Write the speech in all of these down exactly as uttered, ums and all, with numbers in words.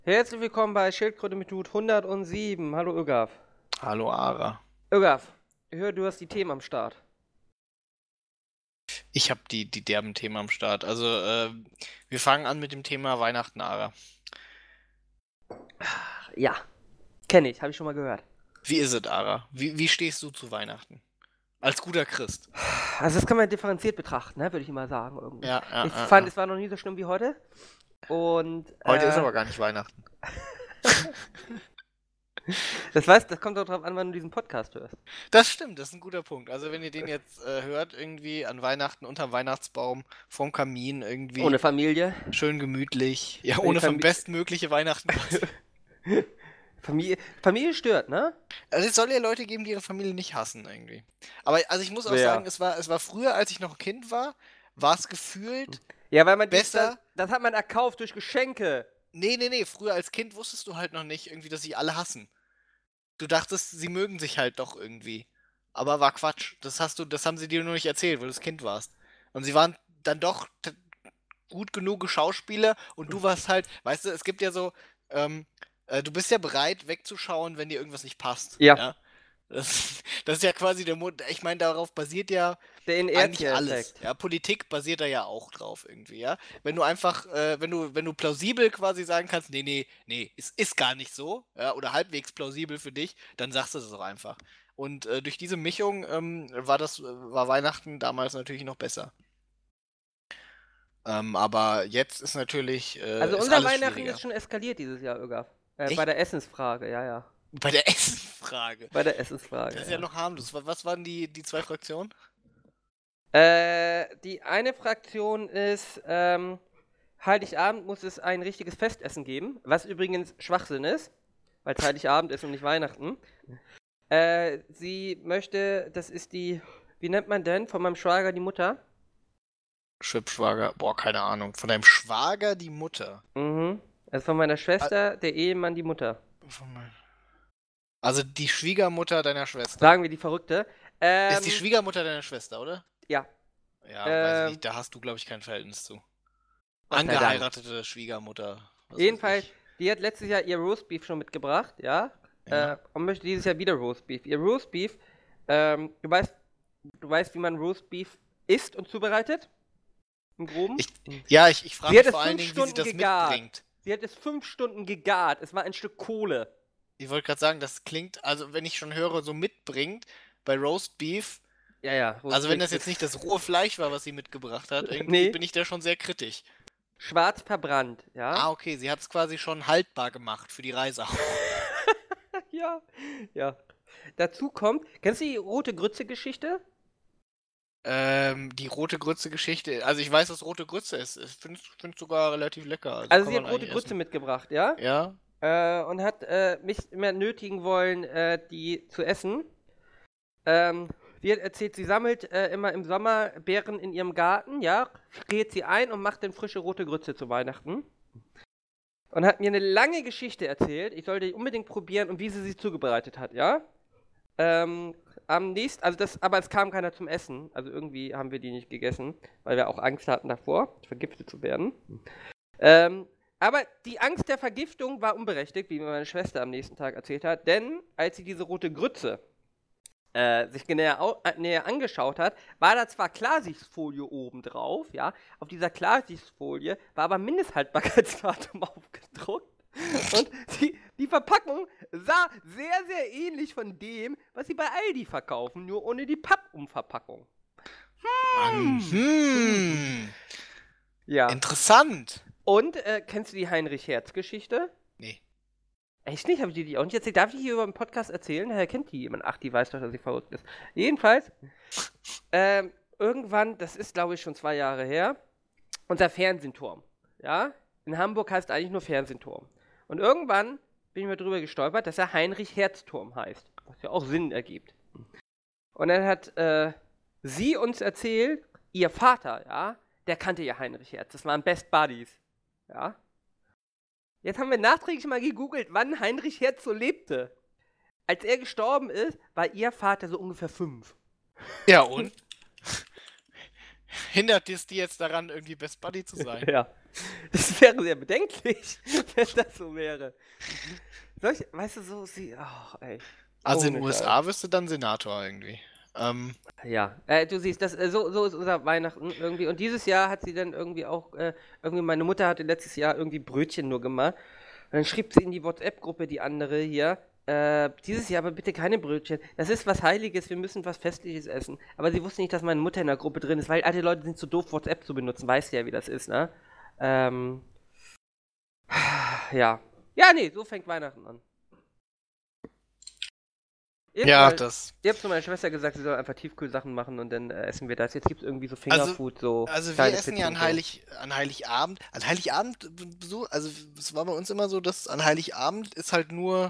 Herzlich willkommen bei Schildkröte mit Hut hundertsieben. Hallo Ögaf. Hallo Ara. Ögaf, ich höre, du hast die Themen am Start. Ich habe die, die derben Themen am Start. Also, äh, wir fangen an mit dem Thema Weihnachten, Ara. Ja, kenne ich, habe ich schon mal gehört. Wie ist es, Ara? Wie, wie stehst du zu Weihnachten? Als guter Christ. Also das kann man differenziert betrachten, ne, würde ich immer sagen. Irgendwie. Ja, ja, ich ja, fand, ja. es war noch nie so schlimm wie heute. Und, Heute äh, ist aber gar nicht Weihnachten. Das weißt, das kommt doch drauf an, wann du diesen Podcast hörst. Das stimmt, das ist ein guter Punkt. Also wenn ihr den jetzt äh, hört, irgendwie an Weihnachten, unterm Weihnachtsbaum, vorm Kamin, irgendwie Ohne Familie. schön gemütlich. Ja, Ohne ohne Fam- vom bestmögliche Weihnachten. Familie, Familie stört, ne? Also es soll ja Leute geben, die ihre Familie nicht hassen, irgendwie. Aber also ich muss auch Ja. sagen, es war, es war früher, als ich noch ein Kind war, war es gefühlt... Ja, weil man Besser- Das, das hat man erkauft durch Geschenke. Nee, nee, nee, früher als Kind wusstest du halt noch nicht irgendwie, dass sie alle hassen. Du dachtest, sie mögen sich halt doch irgendwie. Aber war Quatsch. Das hast du, das haben sie dir nur nicht erzählt, weil du das Kind warst. Und sie waren dann doch t- gut genug Schauspieler und du warst halt, weißt du, es gibt ja so, ähm, äh, du bist ja bereit wegzuschauen, wenn dir irgendwas nicht passt. Ja. Das, das ist ja quasi der Mund, ich meine, darauf basiert ja Der eigentlich alles. Inertia-Effekt. Ja, Politik basiert da ja auch drauf irgendwie, ja. Wenn du einfach, äh, wenn du, wenn du plausibel quasi sagen kannst, nee, nee, nee, es ist gar nicht so, ja, oder halbwegs plausibel für dich, dann sagst du das auch einfach. Und äh, durch diese Mischung ähm, war das, äh, war Weihnachten damals natürlich noch besser. Ähm, aber jetzt ist natürlich, äh, Also ist unser alles Weihnachten schwieriger. ist schon eskaliert dieses Jahr, Ögaf. Äh, Echt? bei der Essensfrage, ja, ja. Bei der Essensfrage. Bei der Essensfrage. Das ist ja noch harmlos. Was, was waren die, die zwei Fraktionen? Äh, die eine Fraktion ist, ähm, Heiligabend muss es ein richtiges Festessen geben, was übrigens Schwachsinn ist, weil es Heiligabend ist und nicht Weihnachten. Äh, sie möchte, das ist die, wie nennt man denn, von meinem Schwager die Mutter? Schwibschwager, boah, keine Ahnung. Von deinem Schwager die Mutter. Mhm. Also von meiner Schwester, der Ehemann die Mutter. Von mein- Also die Schwiegermutter deiner Schwester. Sagen wir die Verrückte. Ähm, Ist die Schwiegermutter deiner Schwester, oder? ja. Ja, weiß Ähm, ich nicht. Da hast du, glaube ich, kein Verhältnis zu. Gott sei Dank. Angeheiratete Schwiegermutter. was weiß Jedenfalls, ich. die hat letztes Jahr ihr Roastbeef schon mitgebracht, ja, Ja. äh, und möchte dieses Jahr wieder Roastbeef. Ihr Roastbeef, ähm, du weißt, du weißt, wie man Roastbeef isst und zubereitet? Im Groben? Ich, ja, ich, ich frage Sie hat mich es vor allen fünf Dingen, wie sie Stunden das gegart. mitbringt. Sie hat es fünf Stunden gegart. Es war ein Stück Kohle. Ich wollte gerade sagen, das klingt, also wenn ich schon höre, so mitbringt, bei Roast Beef, Ja, ja. also wenn das Roastbeef jetzt nicht das rohe Fleisch war, was sie mitgebracht hat, irgendwie Nee. bin ich da schon sehr kritisch. Schwarz verbrannt, ja? Ah, okay, sie hat es quasi schon haltbar gemacht für die Reise. Ja, ja. Dazu kommt, kennst du die rote Grütze-Geschichte? Ähm, die rote Grütze-Geschichte. Also ich weiß, was rote Grütze ist. Ich finde es sogar relativ lecker. Also, Also kann sie hat man rote eigentlich Grütze essen. mitgebracht, ja? Ja. Äh, und hat äh, mich immer nötigen wollen, äh, die zu essen. Ähm, sie hat erzählt, sie sammelt äh, immer im Sommer Beeren in ihrem Garten, ja, friert sie ein und macht dann frische rote Grütze zu Weihnachten. Und hat mir eine lange Geschichte erzählt, ich sollte die unbedingt probieren und wie sie sie zubereitet hat, ja. Ähm, am nächsten, also das, aber es kam keiner zum Essen, also irgendwie haben wir die nicht gegessen, weil wir auch Angst hatten davor, vergiftet zu werden. Ähm, aber die Angst der Vergiftung war unberechtigt, wie mir meine Schwester am nächsten Tag erzählt hat, denn als sie diese rote Grütze äh, sich näher, au- äh, näher angeschaut hat, war da zwar Klarsichtfolie oben drauf, ja, auf dieser Klarsichtfolie war aber Mindesthaltbarkeitsdatum aufgedruckt und die, die Verpackung sah sehr, sehr ähnlich von dem, was sie bei Aldi verkaufen, nur ohne die Pappumverpackung. Hm. Ja. Interessant. Und, äh, kennst du die Heinrich-Herz-Geschichte? Nee. Echt nicht? Habe ich dir die auch nicht erzählt? Darf ich die über den Podcast erzählen? Daher kennt die jemand. Ach, die weiß doch, dass sie verrückt ist. Jedenfalls, ähm, irgendwann, das ist glaube ich schon zwei Jahre her, unser Fernsehturm. Ja? In Hamburg heißt eigentlich nur Fernsehturm. Und irgendwann bin ich mal drüber gestolpert, dass er Heinrich-Herz-Turm heißt. Was ja auch Sinn ergibt. Und dann hat äh, sie uns erzählt, ihr Vater, ja, der kannte ja Heinrich Herz. Das waren Best Buddies. Ja. Jetzt haben wir nachträglich mal gegoogelt, wann Heinrich Herz so lebte. Als er gestorben ist, war ihr Vater so ungefähr fünf. Ja, und? Hindert es die jetzt daran, irgendwie Best Buddy zu sein? Ja. Das wäre sehr bedenklich, wenn das so wäre. Solch, weißt du, so sie. Ach, ey. Also in Ohne den U S A wirst du dann Senator irgendwie. Ähm, Ja, äh, du siehst, das, äh, so, so ist unser Weihnachten irgendwie. Und dieses Jahr hat sie dann irgendwie auch, äh, irgendwie meine Mutter hatte letztes Jahr irgendwie Brötchen nur gemacht. Und dann schrieb sie in die WhatsApp-Gruppe, die andere hier, äh, dieses Jahr aber bitte keine Brötchen. Das ist was Heiliges, wir müssen was Festliches essen. Aber sie wusste nicht, dass meine Mutter in der Gruppe drin ist, weil alte Leute sind zu doof, WhatsApp zu benutzen. Weißt ja, wie das ist, ne? Ähm, ja. Ja, nee, so fängt Weihnachten an. Ihr ja, habt mal- das. Ihr habt zu meiner Schwester gesagt, sie soll einfach Tiefkühlsachen machen und dann äh, essen wir das. Jetzt gibt es irgendwie so Also, Fingerfood, so also wir kleine essen ja an, Pizzen und so. Heilig, an Heiligabend. An Heiligabend, so, also es war bei uns immer so, dass an Heiligabend ist halt nur.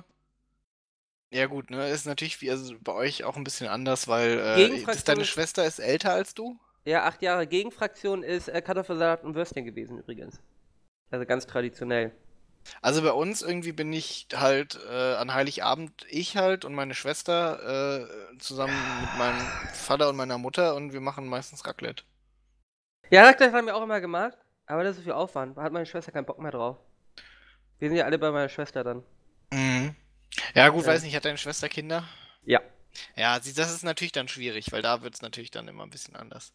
Ja gut, ne, ist natürlich wie also bei euch auch ein bisschen anders, weil äh, Gegenfraktion das, deine ist- Schwester ist älter als du. Ja, acht Jahre Gegenfraktion ist äh, Kartoffelsalat und Würstchen gewesen übrigens. Also ganz traditionell. Also bei uns irgendwie bin ich halt äh, an Heiligabend ich halt und meine Schwester äh, zusammen mit meinem Vater und meiner Mutter und wir machen meistens Raclette. Ja, Raclette haben wir auch immer gemacht, aber das ist so viel Aufwand. Da hat meine Schwester keinen Bock mehr drauf. Wir sind ja alle bei meiner Schwester dann. Mhm. Ja gut, Äh. weiß nicht, hat deine Schwester Kinder? Ja. Ja, sie, das ist natürlich dann schwierig, weil da wird es natürlich dann immer ein bisschen anders.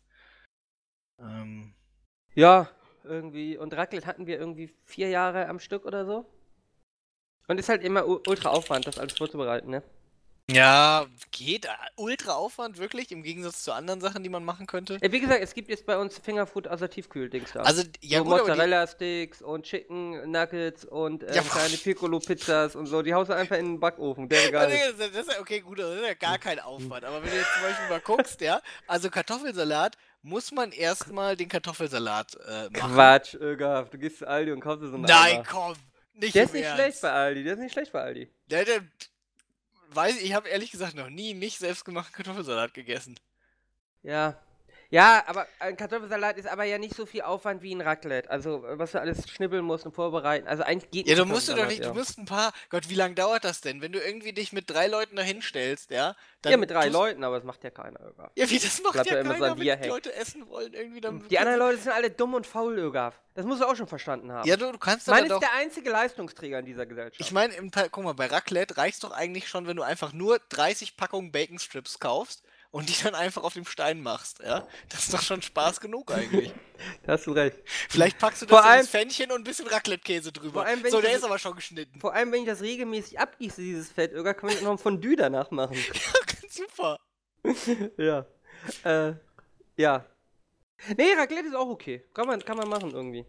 Ähm, Ja, irgendwie. Und Raclette hatten wir irgendwie vier Jahre am Stück oder so. Und ist halt immer u- ultra Aufwand, das alles vorzubereiten, ne? ja, geht. äh, Ultra Aufwand, wirklich, im Gegensatz zu anderen Sachen, die man machen könnte. Äh, Wie gesagt, es gibt jetzt bei uns Fingerfood außer Tiefkühl-Dings da. Also, ja so gut, aber die, Mozzarella-Sticks und Chicken Nuggets und äh, Ja, kleine Piccolo-Pizzas und so. Die haust du einfach in den Backofen. Der Also, geil. das ist, das ist ja okay, gut, das ist ja gar kein Aufwand. Aber wenn du jetzt zum Beispiel mal guckst, ja, also Kartoffelsalat, muss man erstmal den Kartoffelsalat äh, machen. Quatsch, Ögaf. Du gehst zu Aldi und kaufst dir so einen Nein, Eimer. komm, nicht Der im ist nicht Ernst. schlecht bei Aldi. Der ist nicht schlecht bei Aldi. Der, der, weiß ich, ich habe ehrlich gesagt noch nie nicht selbstgemachten Kartoffelsalat gegessen. Ja. Ja, aber ein Kartoffelsalat ist aber ja nicht so viel Aufwand wie ein Raclette. Also, äh, was du alles schnibbeln musst und vorbereiten. Also, eigentlich geht Ja, ein du musst du doch Kartoffelsalat, nicht, ja. du musst ein paar, Gott, wie lange dauert das denn? Wenn du irgendwie dich mit drei Leuten da hinstellst, ja, dann Ja, mit drei tust- Leuten, aber das macht ja keiner, Ögaf. Ja, wie, das macht Bleibt ja ja immer so keiner, an wenn dir die hängen. Leute essen wollen, irgendwie dann... Die anderen Leute sind alle dumm und faul, Ögaf. Das musst du auch schon verstanden haben. Ja, du, du kannst aber Meine ist doch... der einzige Leistungsträger in dieser Gesellschaft. Ich meine, im Teil- guck mal, bei Raclette reicht's doch eigentlich schon, wenn du einfach nur dreißig Packungen Baconstrips kaufst und die dann einfach auf dem Stein machst, ja? Das ist doch schon Spaß genug eigentlich. Da hast du recht. Vielleicht packst du Vor das in allem- das Pfännchen und ein bisschen Raclette-Käse drüber. Vor allem, wenn So, ich der das- ist aber schon geschnitten. Vor allem, wenn ich das regelmäßig abgieße, dieses Fett, Ögaf, kann ich noch ein Fondue danach machen. Super. Ja. Äh, ja. Nee, Raclette ist auch okay. Kann man, kann man machen irgendwie.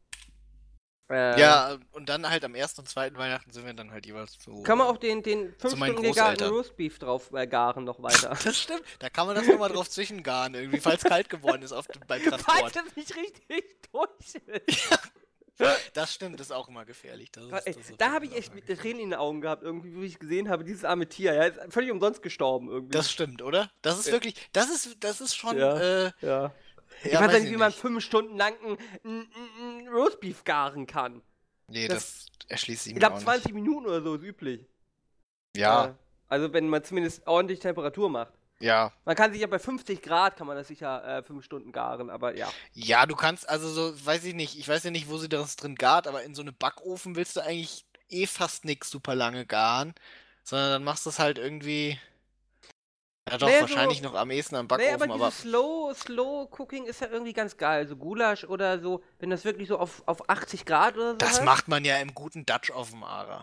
Äh, Ja, und dann halt am ersten und zweiten Weihnachten sind wir dann halt jeweils zu... Kann man auch den, den fünf Zu meinen Stunden gegarten Großeltern. Roastbeef drauf äh, garen noch weiter. Das stimmt. Da kann man das nochmal drauf zwischengaren, irgendwie, falls kalt geworden ist auf dem, beim Transport. Falls es nicht richtig durch ist. Das stimmt, das ist auch immer gefährlich. Das ist, Ey, das ist da auf habe jeden ich Fall echt auch mit Tränen in den Augen gehabt, irgendwie, wo ich gesehen habe, dieses arme Tier. Ja, ist völlig umsonst gestorben irgendwie. Das stimmt, oder? Das ist Ja. wirklich, das ist, das ist schon, Ja. äh, ja. Ich ja, weiß weiß ja nicht, ich wie man nicht. fünf Stunden lang ein, ein, ein, ein Roastbeef garen kann. Nee, das- das, erschließt sich Ich mir glaube, auch zwanzig Minuten oder so ist üblich. nicht. Ja, Äh, also, wenn man zumindest ordentlich Temperatur macht. ja. Man kann sich ja bei fünfzig Grad, kann man das sicher äh, fünf Stunden garen, aber ja. Ja, du kannst, also so, weiß ich nicht, ich weiß ja nicht, wo sie das drin gart, aber in so einem Backofen willst du eigentlich eh fast nix super lange garen, sondern dann machst du es halt irgendwie, ja doch, Naja, so- wahrscheinlich noch am ehesten am Nee, Backofen, aber aber, dieses Slow, Slow Cooking ist ja irgendwie ganz geil. So Gulasch oder so, wenn das wirklich so auf, auf achtzig Grad oder so das hast. macht man ja im guten Dutch auf dem Ara.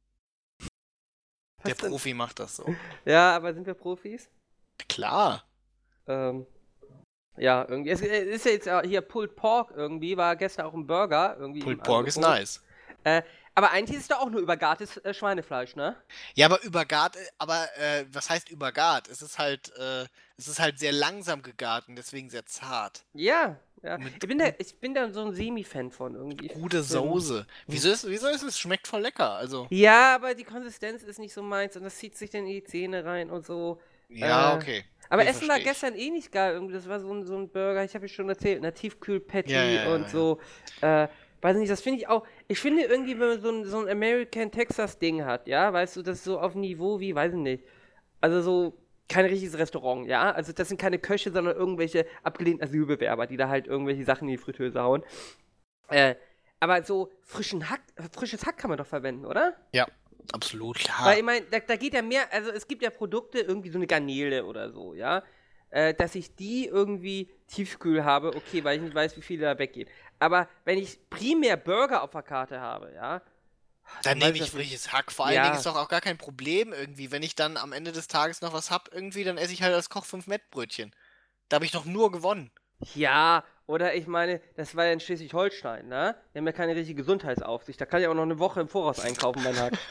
Der Was denn? Profi macht das so. Ja, aber sind wir Profis? Klar. Ähm, ja, irgendwie. Es äh, ist ja jetzt äh, hier Pulled Pork irgendwie, war gestern auch ein Burger irgendwie. Pulled im Pork ist Angebot. nice. Aber eigentlich ist es doch auch nur übergartes äh, Schweinefleisch, ne? Ja, aber übergart, äh, aber äh, was heißt übergart? Es ist halt, äh, es ist halt sehr langsam gegart und deswegen sehr zart. Ja, ja. Mit Ich bin, da, ich bin da so ein Semi-Fan von irgendwie. Gute Soße. Wieso ist, wieso ist es? Schmeckt voll lecker. Also. Ja, aber die Konsistenz ist nicht so meins und das zieht sich dann in die Zähne rein und so. Ja, Äh, okay. Aber Nee, Essen war versteh ich. gestern eh nicht geil. Irgendwie, das war so ein, so ein Burger, ich habe es schon erzählt, eine Tiefkühl-Patty Ja, ja, ja, und ja. so. Äh, weiß nicht, das finde ich auch. Ich finde irgendwie, wenn man so ein, so ein American Texas-Ding hat, ja, weißt du, das ist so auf Niveau wie, weiß ich nicht. Also so, kein richtiges Restaurant, ja? Also das sind keine Köche, sondern irgendwelche abgelehnten Asylbewerber, die da halt irgendwelche Sachen in die Fritteuse hauen. Äh, aber so frischen Hack, frisches Hack kann man doch verwenden, oder? Ja, absolut, klar. Weil ich meine, da, da geht ja mehr, also es gibt ja Produkte, irgendwie so eine Garnele oder so, ja? Äh, dass ich die irgendwie tiefkühl habe, okay, weil ich nicht weiß, wie viel da weggeht. Aber wenn ich primär Burger auf der Karte habe, ja? Dann nehme ich frisches Hack. Vor allen Ja. Dingen ist doch auch gar kein Problem irgendwie. Wenn ich dann am Ende des Tages noch was hab irgendwie, dann esse ich halt als Koch fünf Mettbrötchen. Da habe ich doch nur gewonnen. Ja, oder ich meine, das war ja in Schleswig-Holstein, ne? Die haben ja keine richtige Gesundheitsaufsicht. Da kann ich auch noch eine Woche im Voraus einkaufen, mein Hack.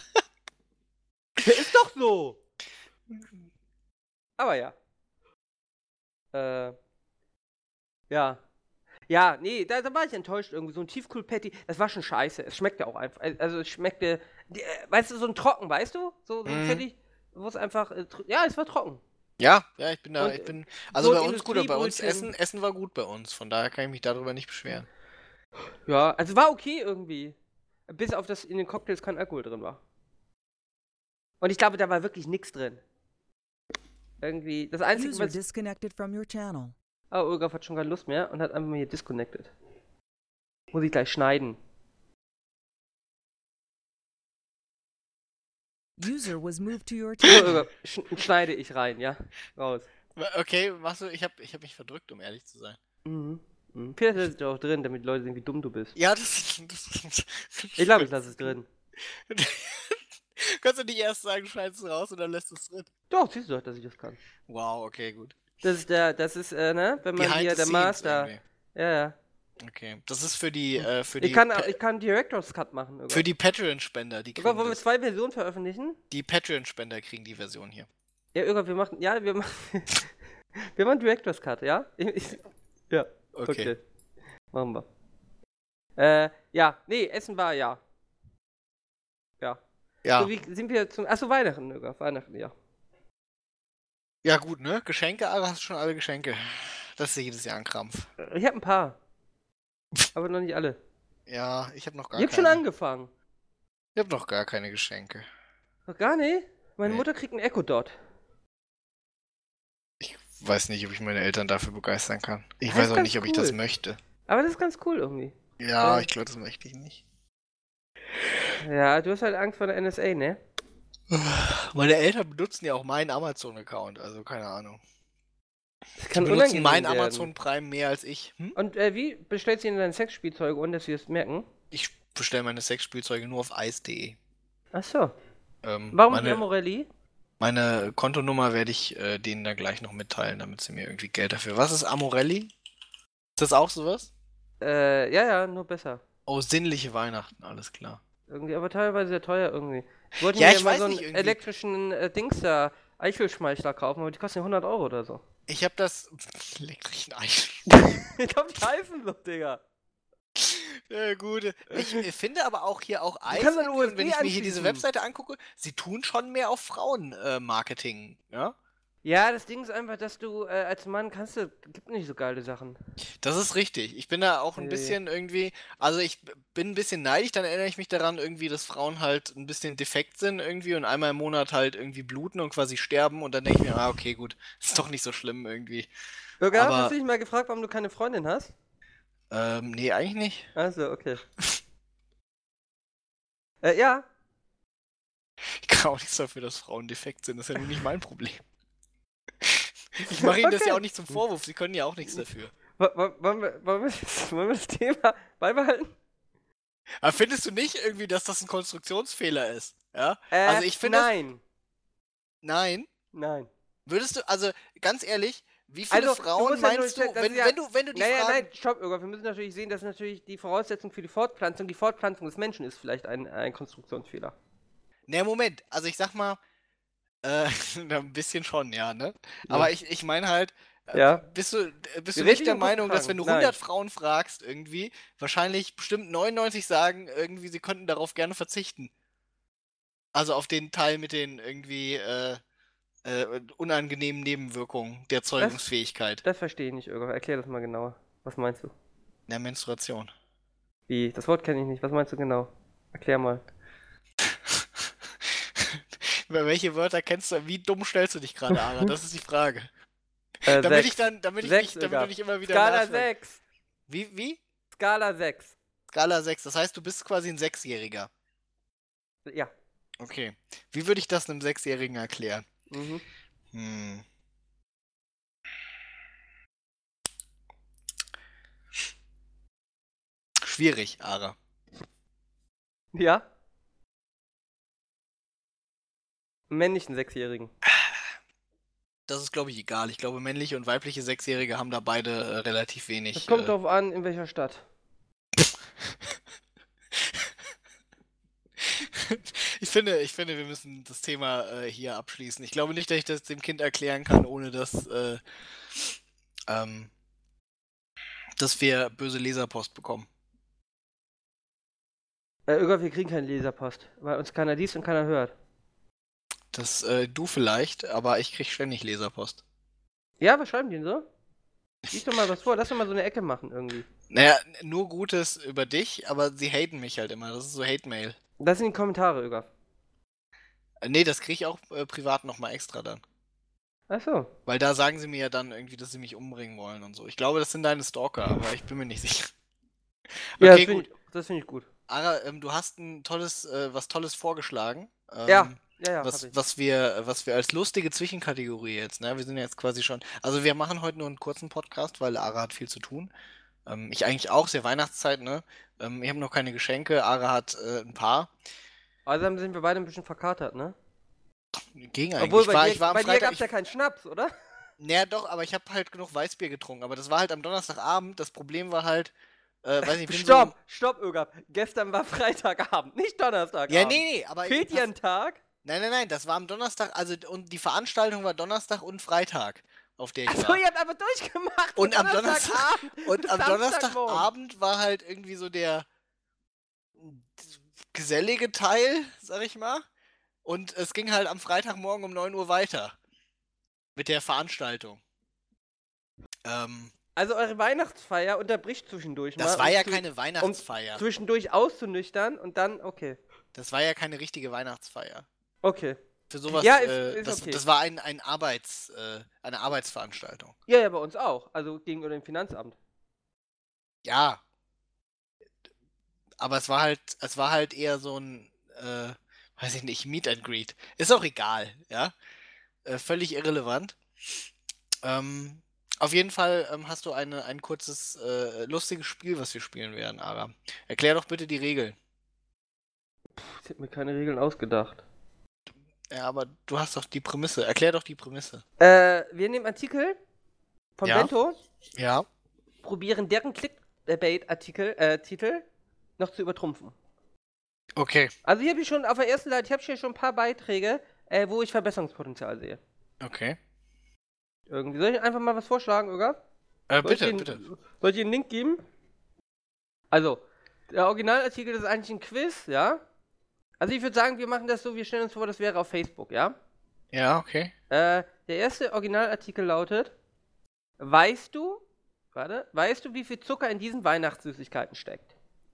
Ist doch so! Aber ja. Äh. Ja. Ja, nee, da, da war ich enttäuscht irgendwie. So ein Tiefkühl-Patty, das war schon scheiße. Es schmeckte auch einfach. Also, es schmeckte. Die, äh, weißt du, so ein Trocken, weißt du? So, so Mhm. völlig. Wo es einfach. Äh, tr- ja, es war trocken. Ja, ja, ich bin da, Und, ich bin. Also so bei ein uns gut, aber bei uns Industriebrötchen. Essen, Essen war gut bei uns. Von daher kann ich mich darüber nicht beschweren. Ja, also war okay irgendwie. Bis auf das in den Cocktails kein Alkohol drin war. Und ich glaube, da war wirklich nichts drin. Irgendwie. Das Einzige, User was. disconnected from your channel. Oh, Ulgaf hat schon keine Lust mehr und hat einfach mal hier disconnected. Muss ich gleich schneiden. User was moved to your So, channel. Ulgaf, sch schneide ich rein, ja? Raus. Okay, machst du? Ich hab, ich hab mich verdrückt, um ehrlich zu sein. Mhm. mhm. Vielleicht lässt es doch auch drin, damit die Leute sehen, wie dumm du bist. Ja, das. das Ich glaube, ich lasse es drin. Kannst du nicht erst sagen, schneidest du raus und dann lässt du es drin? Doch, siehst du doch, dass ich das kann. Wow, okay, gut. Das ist der, das ist, äh, ne? Wenn man Behind hier the der scenes Master. irgendwie. Ja, ja. Okay. Das ist für die, äh, für die. Ich kann, Pa- ich kann Director's Cut machen. Ulgaf. für die Patreon-Spender, die Ulgaf, kriegen wollen wir das. zwei Versionen veröffentlichen? Die Patreon-Spender kriegen die Version hier. Ja, Ulgaf, wir machen, ja, wir machen, wir machen Director's Cut, ja? Ich, ich, ja, Okay. okay. Machen wir. Äh, ja, nee, Essen war ja. Ja. Ja. So, wie sind wir zum, achso, Weihnachten, Ulgaf, Weihnachten, ja. Ja, gut, ne? Geschenke, aber hast schon alle Geschenke. Das ist ja jedes Jahr ein Krampf. Ich hab ein paar. Aber noch nicht alle. Ja, ich habe noch gar Ich hab schon keine. angefangen. Ich habe noch gar keine Geschenke. Noch gar nicht? Meine Nee. Mutter kriegt einen Echo Dot. Ich weiß nicht, ob ich meine Eltern dafür begeistern kann. Ich Das weiß ist auch ganz nicht, ob ich das cool. möchte. Aber das ist ganz cool irgendwie. Ja, Ja. ich glaube, das möchte ich nicht. Ja, du hast halt Angst vor der N S A, ne? Meine Eltern benutzen ja auch meinen Amazon-Account, also keine Ahnung. Das Die kann benutzen unangenehm meinen werden. Amazon Prime mehr als ich. Hm? Und äh, wie bestellst du denn deine Sexspielzeuge, ohne dass sie das merken? Ich bestelle meine Sexspielzeuge nur auf ice punkt de. Achso. Ähm, Warum die meine, Amorelli? meine Kontonummer werde ich äh, denen dann gleich noch mitteilen, damit sie mir irgendwie Geld dafür. Was ist Amorelli? Ist das auch sowas? Äh, ja, ja, nur besser. Oh, sinnliche Weihnachten, alles klar. Irgendwie, aber teilweise sehr teuer irgendwie. Ich wollte Ja, mir ich mal weiß so einen nicht, irgendwie- elektrischen äh, Dings da, Eichelschmeichler kaufen, aber die kosten ja hundert Euro oder so. Ich habe das elektrischen Eichel. Ich glaube, die heißen so, Digga. Ja, gut. Ich äh, finde aber auch hier auch Eis. kannst an irgendwie, und wenn U S B ich mir hier diese anschließen. Webseite angucke, sie tun schon mehr auf Frauen-Marketing, ja? Ja, das Ding ist einfach, dass du äh, als Mann kannst du, gibt nicht so geile Sachen. Das ist richtig. Ich bin da auch ein Ja, ja. bisschen irgendwie, also ich b- bin ein bisschen neidisch, dann erinnere ich mich daran irgendwie, dass Frauen halt ein bisschen defekt sind irgendwie und einmal im Monat halt irgendwie bluten und quasi sterben und dann denke ich mir, ah, okay, gut, ist doch nicht so schlimm irgendwie. Sogar, Aber- hast du dich mal gefragt, warum du keine Freundin hast? Ähm, nee, eigentlich nicht. Also, okay. äh, ja. Ich kann auch nichts dafür, dass Frauen defekt sind, das ist ja nun nicht mein Problem. Ich mache ihnen das Okay. ja auch nicht zum Vorwurf, sie können ja auch nichts dafür. Wo- wo- Wollen wir, wollen, wir das, wollen wir das Thema beibehalten? Aber findest du nicht irgendwie, dass das ein Konstruktionsfehler ist? Ja? Äh, Also ich finde. Nein. Nein. Nein. Würdest du, also ganz ehrlich, wie viele Also, du Frauen musst ja meinst nur- du, das wenn, ist ja- wenn du, wenn du die Naja, Fragen. nein, stopp, Irga, wir müssen natürlich sehen, dass natürlich die Voraussetzung für die Fortpflanzung, die Fortpflanzung des Menschen ist vielleicht ein, ein Konstruktionsfehler. Ne, Moment, also ich sag mal, äh, ein bisschen schon, ja, ne? Aber ich, ich meine halt, äh, Ja. bist du, äh, bist du Wir reden nicht nicht der um Meinung, dass wenn du Rückfragen, hundert nein. Frauen fragst, irgendwie, wahrscheinlich bestimmt neunundneunzig sagen, irgendwie, sie könnten darauf gerne verzichten? Also auf den Teil mit den irgendwie, äh, äh, unangenehmen Nebenwirkungen der Zeugungsfähigkeit. Das verstehe ich nicht, Irga. Erklär das mal genauer. Was meinst du? Der Menstruation. Wie? Das Wort kenne ich nicht. Was meinst du genau? Erklär mal. Über welche Wörter kennst du? Wie dumm stellst du dich gerade, Ara? Das ist die Frage. Äh, Damit sechs. ich dann, damit ich Sechs nicht, damit sogar. du nicht immer wieder Skala nachfragst. sechs. Wie, wie? Skala sechs. Skala sechs. Das heißt, du bist quasi ein Sechsjähriger. Ja. Okay. Wie würde ich das einem Sechsjährigen erklären? Mhm. Hm. Schwierig, Ara. Ja? Männlichen Sechsjährigen. Das ist, glaube ich, egal. Ich glaube, männliche und weibliche Sechsjährige haben da beide äh, relativ wenig. Es kommt äh, drauf an, in welcher Stadt. ich finde, ich finde, wir müssen das Thema äh, hier abschließen. Ich glaube nicht, dass ich das dem Kind erklären kann, ohne dass, äh, ähm, dass wir böse Leserpost bekommen. Äh, Irga, wir kriegen keine Leserpost, weil uns keiner liest und keiner hört. Das, äh, du vielleicht, aber ich krieg ständig Leserpost. Ja, was schreiben die denn so? Lies doch mal was vor, lass doch mal so eine Ecke machen irgendwie. Naja, n- nur Gutes über dich, aber sie haten mich halt immer. Das ist so Hate-Mail. Das sind die Kommentare, Irga. Äh, nee, das krieg ich auch äh, privat nochmal extra dann. Ach so. Weil da sagen sie mir ja dann irgendwie, dass sie mich umbringen wollen und so. Ich glaube, das sind deine Stalker, aber ich bin mir nicht sicher. Ja, Okay, das finde gut. ich, das find ich gut. Ara, ähm, du hast ein tolles, äh, was Tolles vorgeschlagen. Ähm, Ja, ja, ja, hab Was, ich. was, wir, was wir als lustige Zwischenkategorie jetzt, ne? Wir sind ja jetzt quasi schon. Also wir machen heute nur einen kurzen Podcast, weil Ara hat viel zu tun. Ähm, ich eigentlich auch, sehr Weihnachtszeit, ne? Ähm, ich habe noch keine Geschenke, Ara hat äh, ein paar. Außerdem sind wir beide ein bisschen verkatert, ne? Ging eigentlich. Obwohl, ich bei war, dir, ich war am bei dir Freitag. gab's ja keinen Schnaps, oder? Ich, naja, doch, aber ich habe halt genug Weißbier getrunken. Aber das war halt am Donnerstagabend. Das Problem war halt, äh, weiß nicht, ich bin Stopp, so. stopp, Irga. Gestern war Freitagabend, nicht Donnerstagabend. Ja, nee, nee, aber. Fehlt dir ein Tag? Nein, nein, nein, das war am Donnerstag, also und die Veranstaltung war Donnerstag und Freitag, auf der ich Achso, war. ihr habt einfach durchgemacht. Und am Donnerstagabend Und am Samstagmorgen. Donnerstagabend war halt irgendwie so der gesellige Teil, sag ich mal. Und es ging halt am Freitagmorgen um neun Uhr weiter. Mit der Veranstaltung. Ähm, Also eure Weihnachtsfeier unterbricht zwischendurch das mal. war um ja zu- keine Weihnachtsfeier. Um zwischendurch auszunüchtern und dann, okay. Das war ja keine richtige Weihnachtsfeier. Okay. Für sowas, Ja, ist- äh, ist das, okay. das war ein, ein Arbeits, äh, eine Arbeitsveranstaltung. Ja, ja, bei uns auch. Also gegenüber dem Finanzamt. Ja. Aber es war halt, es war halt eher so ein, äh, weiß ich nicht, Meet and Greet. Ist auch egal, ja. Äh, völlig irrelevant. Ähm, auf jeden Fall ähm, hast du eine, ein kurzes, äh, lustiges Spiel, was wir spielen werden, Ara. Erklär doch bitte die Regeln. Ich hab mir keine Regeln ausgedacht. Ja, aber du hast doch die Prämisse. Erklär doch die Prämisse. Äh, wir nehmen Artikel von Ja. Bento, Ja. probieren deren Clickbait-Artikel, äh, Titel noch zu übertrumpfen. Okay. Also hier habe ich schon auf der ersten Seite, ich habe hier schon ein paar Beiträge, äh, wo ich Verbesserungspotenzial sehe. Okay. Irgendwie. Soll ich einfach mal was vorschlagen, Irga? Äh, Soll ich bitte, den- bitte. Soll ich dir einen Link geben? Also, der Originalartikel das ist eigentlich ein Quiz, ja? Also ich würde sagen, wir machen das so, wir stellen uns vor, das wäre auf Facebook, ja? Ja, okay. Äh, der erste Originalartikel lautet: Weißt du, warte, weißt du, wie viel Zucker in diesen Weihnachtssüßigkeiten steckt?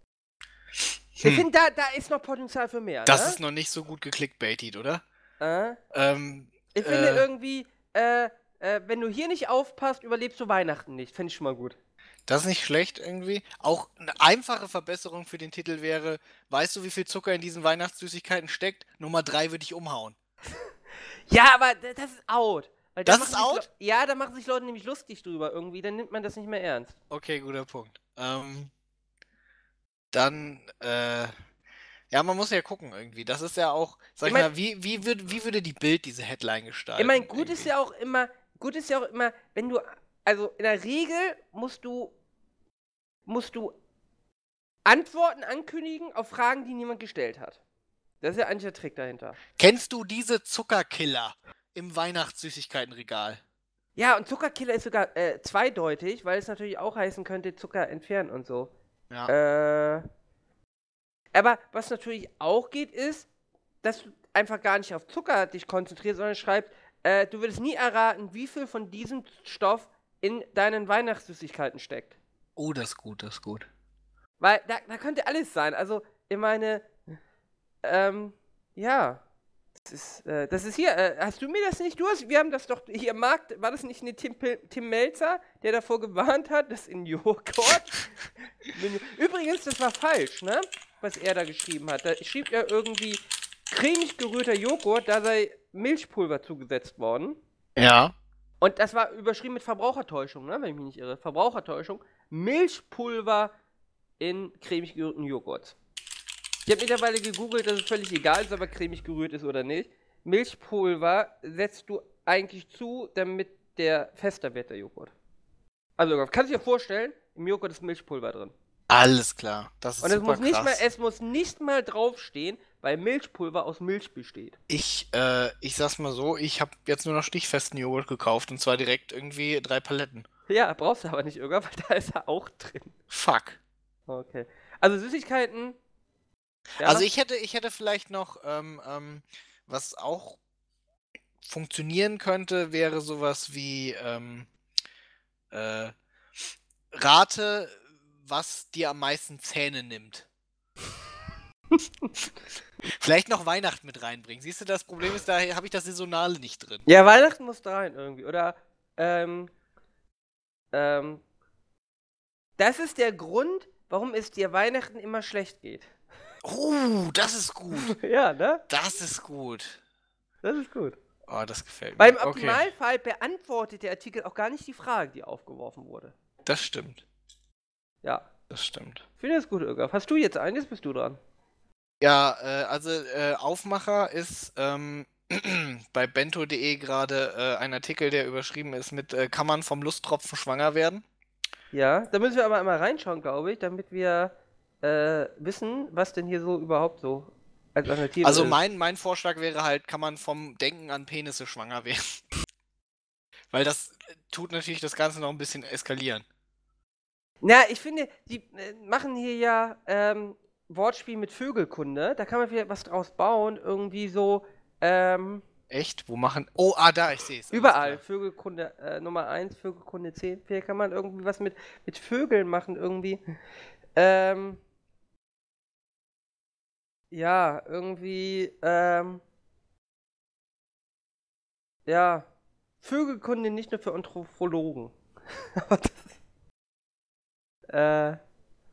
Ich Hm. finde, da, da ist noch Potenzial für mehr, Das ne? ist noch nicht so gut geklickbaitet, oder? Äh, Ähm, ich finde äh, irgendwie, äh, äh, wenn du hier nicht aufpasst, überlebst du Weihnachten nicht. Finde ich schon mal gut. das ist nicht schlecht irgendwie. Auch eine einfache Verbesserung für den Titel wäre, weißt du, wie viel Zucker in diesen Weihnachtssüßigkeiten steckt? Nummer drei würde ich umhauen. Ja, aber d- das ist out. Weil da Das machen ist sich out? Le- Ja, da machen sich Leute nämlich lustig drüber irgendwie. Dann nimmt man das nicht mehr ernst. Okay, guter Punkt. Ähm, dann, äh, ja, man muss ja gucken irgendwie. Das ist ja auch, sag Ich ich, mein- mal, wie, wie, würd, wie würde die Bild diese Headline gestalten? Ich meine, gut ist irgendwie? ja auch immer, gut ist ja auch immer, wenn du, also in der Regel musst du, musst du Antworten ankündigen auf Fragen, die niemand gestellt hat. Das ist ja eigentlich der Trick dahinter. Kennst du diese Zuckerkiller im Weihnachtssüßigkeitenregal? Ja, und Zuckerkiller ist sogar äh, zweideutig, weil es natürlich auch heißen könnte, Zucker entfernen und so. Ja. Äh, aber was natürlich auch geht, ist, dass du einfach gar nicht auf Zucker dich konzentrierst, sondern schreibst, äh, du würdest nie erraten, wie viel von diesem Stoff in deinen Weihnachtssüßigkeiten steckt. Oh, das ist gut, das ist gut. Weil da, da könnte alles sein. Also, ich meine, ähm, ja. Das ist, äh, das ist hier, äh, hast du mir das nicht, du hast, wir haben das doch, hier im Markt, war das nicht eine Tim, Tim Melzer, der davor gewarnt hat, dass in Joghurt, übrigens, das war falsch, ne, was er da geschrieben hat, da schrieb er irgendwie, cremig gerührter Joghurt, da sei Milchpulver zugesetzt worden. Ja. Und das war überschrieben mit Verbrauchertäuschung, ne, wenn ich mich nicht irre, Verbrauchertäuschung, Milchpulver in cremig gerührten Joghurt. Ich habe mittlerweile gegoogelt, dass es völlig egal ist, ob er cremig gerührt ist oder nicht. Milchpulver setzt du eigentlich zu, damit der fester wird, der Joghurt. Also, kannst du dir vorstellen, im Joghurt ist Milchpulver drin. Alles klar, das ist Und es super muss nicht krass. mal, es muss nicht mal draufstehen, weil Milchpulver aus Milch besteht. Ich, äh, ich sag's mal so, ich habe jetzt nur noch stichfesten Joghurt gekauft und zwar direkt irgendwie drei Paletten. Ja, brauchst du aber nicht, Irga, weil da ist er auch drin. Fuck. Okay. Also Süßigkeiten. Ja. Also ich hätte, ich hätte vielleicht noch, ähm, ähm, was auch funktionieren könnte, wäre sowas wie, ähm, äh, rate, was dir am meisten Zähne nimmt. Vielleicht noch Weihnachten mit reinbringen. Siehst du, das Problem ist, da habe ich das Saisonale nicht drin. Ja, Weihnachten muss da rein irgendwie. Oder, ähm, ähm, das ist der Grund, warum es dir Weihnachten immer schlecht geht. Oh, das ist gut. Ja, ne? Das ist gut. Das ist gut. Oh, das gefällt mir. Weil im Okay, Optimalfall beantwortet der Artikel auch gar nicht die Frage, die aufgeworfen wurde. das stimmt. Ja. Das stimmt. Ich finde das gut, Irga. Hast du jetzt einen? Jetzt bist du dran. Ja, äh, also äh, Aufmacher ist ähm, bei bento punkt de gerade äh, ein Artikel, der überschrieben ist mit äh, kann man vom Lusttropfen schwanger werden? Ja, da müssen wir aber einmal reinschauen, glaube ich, damit wir äh, wissen, was denn hier so überhaupt so als Alternative Also ist. mein, mein Vorschlag wäre halt, kann man vom Denken an Penisse schwanger werden? Weil das äh, tut natürlich das Ganze noch ein bisschen eskalieren. Na, ich finde, die äh, machen hier ja ähm, Wortspiel mit Vögelkunde. Da kann man vielleicht was draus bauen. Irgendwie so, ähm, Echt? Wo machen... Oh, ah, da, ich sehe es. überall. Vögelkunde äh, Nummer eins, Vögelkunde zehn. Vielleicht kann man irgendwie was mit, mit Vögeln machen, irgendwie. Ähm, ja, irgendwie, ähm, ja, Vögelkunde nicht nur für Anthropologen. Aber das ist, äh, ja,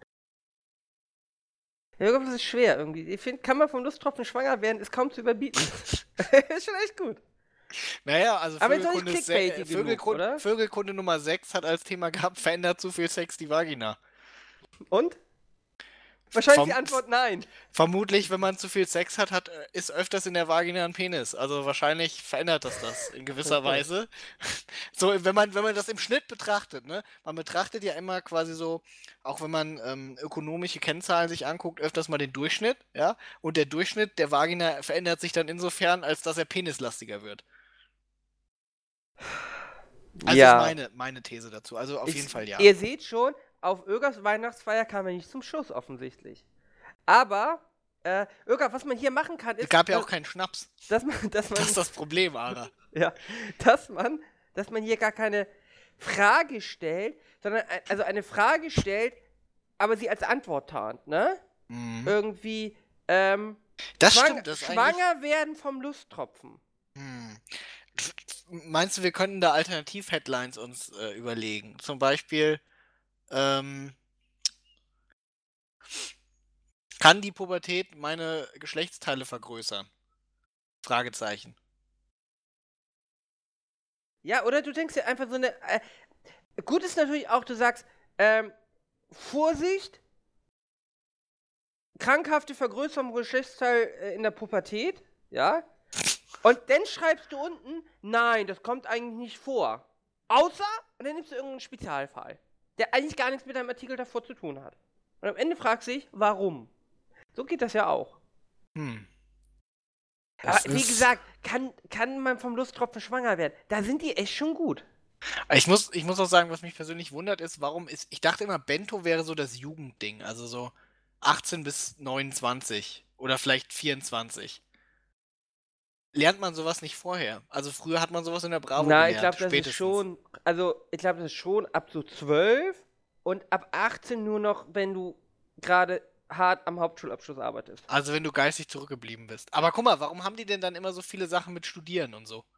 ich glaube, das ist schwer irgendwie. Ich finde, kann man vom Lusttropfen schwanger werden, ist kaum zu überbieten. Ist schon echt gut. Naja, also Aber ist doch Vögelkunde, nicht ist se- clickbaity äh, genug, Vögelkunde, oder? Vögelkunde Nummer sechs hat als Thema gehabt, verändert zu viel Sex die Vagina. Und? Wahrscheinlich Vom- die Antwort nein. Vermutlich, wenn man zu viel Sex hat, hat äh, ist öfters in der Vagina ein Penis. Also wahrscheinlich verändert das das in gewisser Okay. Weise. So, wenn man, wenn man das im Schnitt betrachtet, ne? Man betrachtet ja immer quasi so, auch wenn man ähm, ökonomische Kennzahlen sich anguckt, öfters mal den Durchschnitt, ja? Und der Durchschnitt der Vagina verändert sich dann insofern, als dass er penislastiger wird. Also Ja. ist meine, meine These dazu. Also auf Ich- jeden Fall ja. Ihr seht schon, auf Irgas Weihnachtsfeier kam er nicht zum Schuss, offensichtlich. Aber, äh, Irga, was man hier machen kann, Es ist, gab ja dass, auch keinen Schnaps. dass man, dass man, Das ist das Problem, Ara. ja, dass man, dass man hier gar keine Frage stellt, sondern, ein- also eine Frage stellt, aber sie als Antwort tarnt, ne? Mhm. Irgendwie, ähm, Das schwang- stimmt, das ist eigentlich... schwanger werden vom Lusttropfen. Hm. F- f- Meinst du, wir könnten da Alternativ-Headlines uns äh, überlegen? Zum Beispiel, ähm, kann die Pubertät meine Geschlechtsteile vergrößern? Fragezeichen. Ja, oder du denkst dir einfach so eine. Äh, gut ist natürlich auch, du sagst, ähm, Vorsicht, krankhafte Vergrößerung vom Geschlechtsteil äh, in der Pubertät, ja? Und dann schreibst du unten, nein, das kommt eigentlich nicht vor. Außer, und dann nimmst du irgendeinen Spezialfall, der eigentlich gar nichts mit deinem Artikel davor zu tun hat. Und am Ende fragst du dich, warum? So geht das ja auch. Hm. Aber Das wie ist- gesagt, kann, kann man vom Lusttropfen schwanger werden? Da sind die echt schon gut. Ich muss, ich muss auch sagen, was mich persönlich wundert, ist, warum ist. Ich dachte immer, Bento wäre so das Jugendding, also so achtzehn bis neunundzwanzig oder vielleicht vierundzwanzig. Lernt man sowas nicht vorher? Also früher hat man sowas in der Bravo Nein, ich gelernt, glaube, das ist spätestens. schon, also ich glaube, das ist schon ab so zwölf und ab achtzehn nur noch, wenn du gerade hart am Hauptschulabschluss arbeitest. Also wenn du geistig zurückgeblieben bist. Aber guck mal, warum haben die denn dann immer so viele Sachen mit Studieren und so?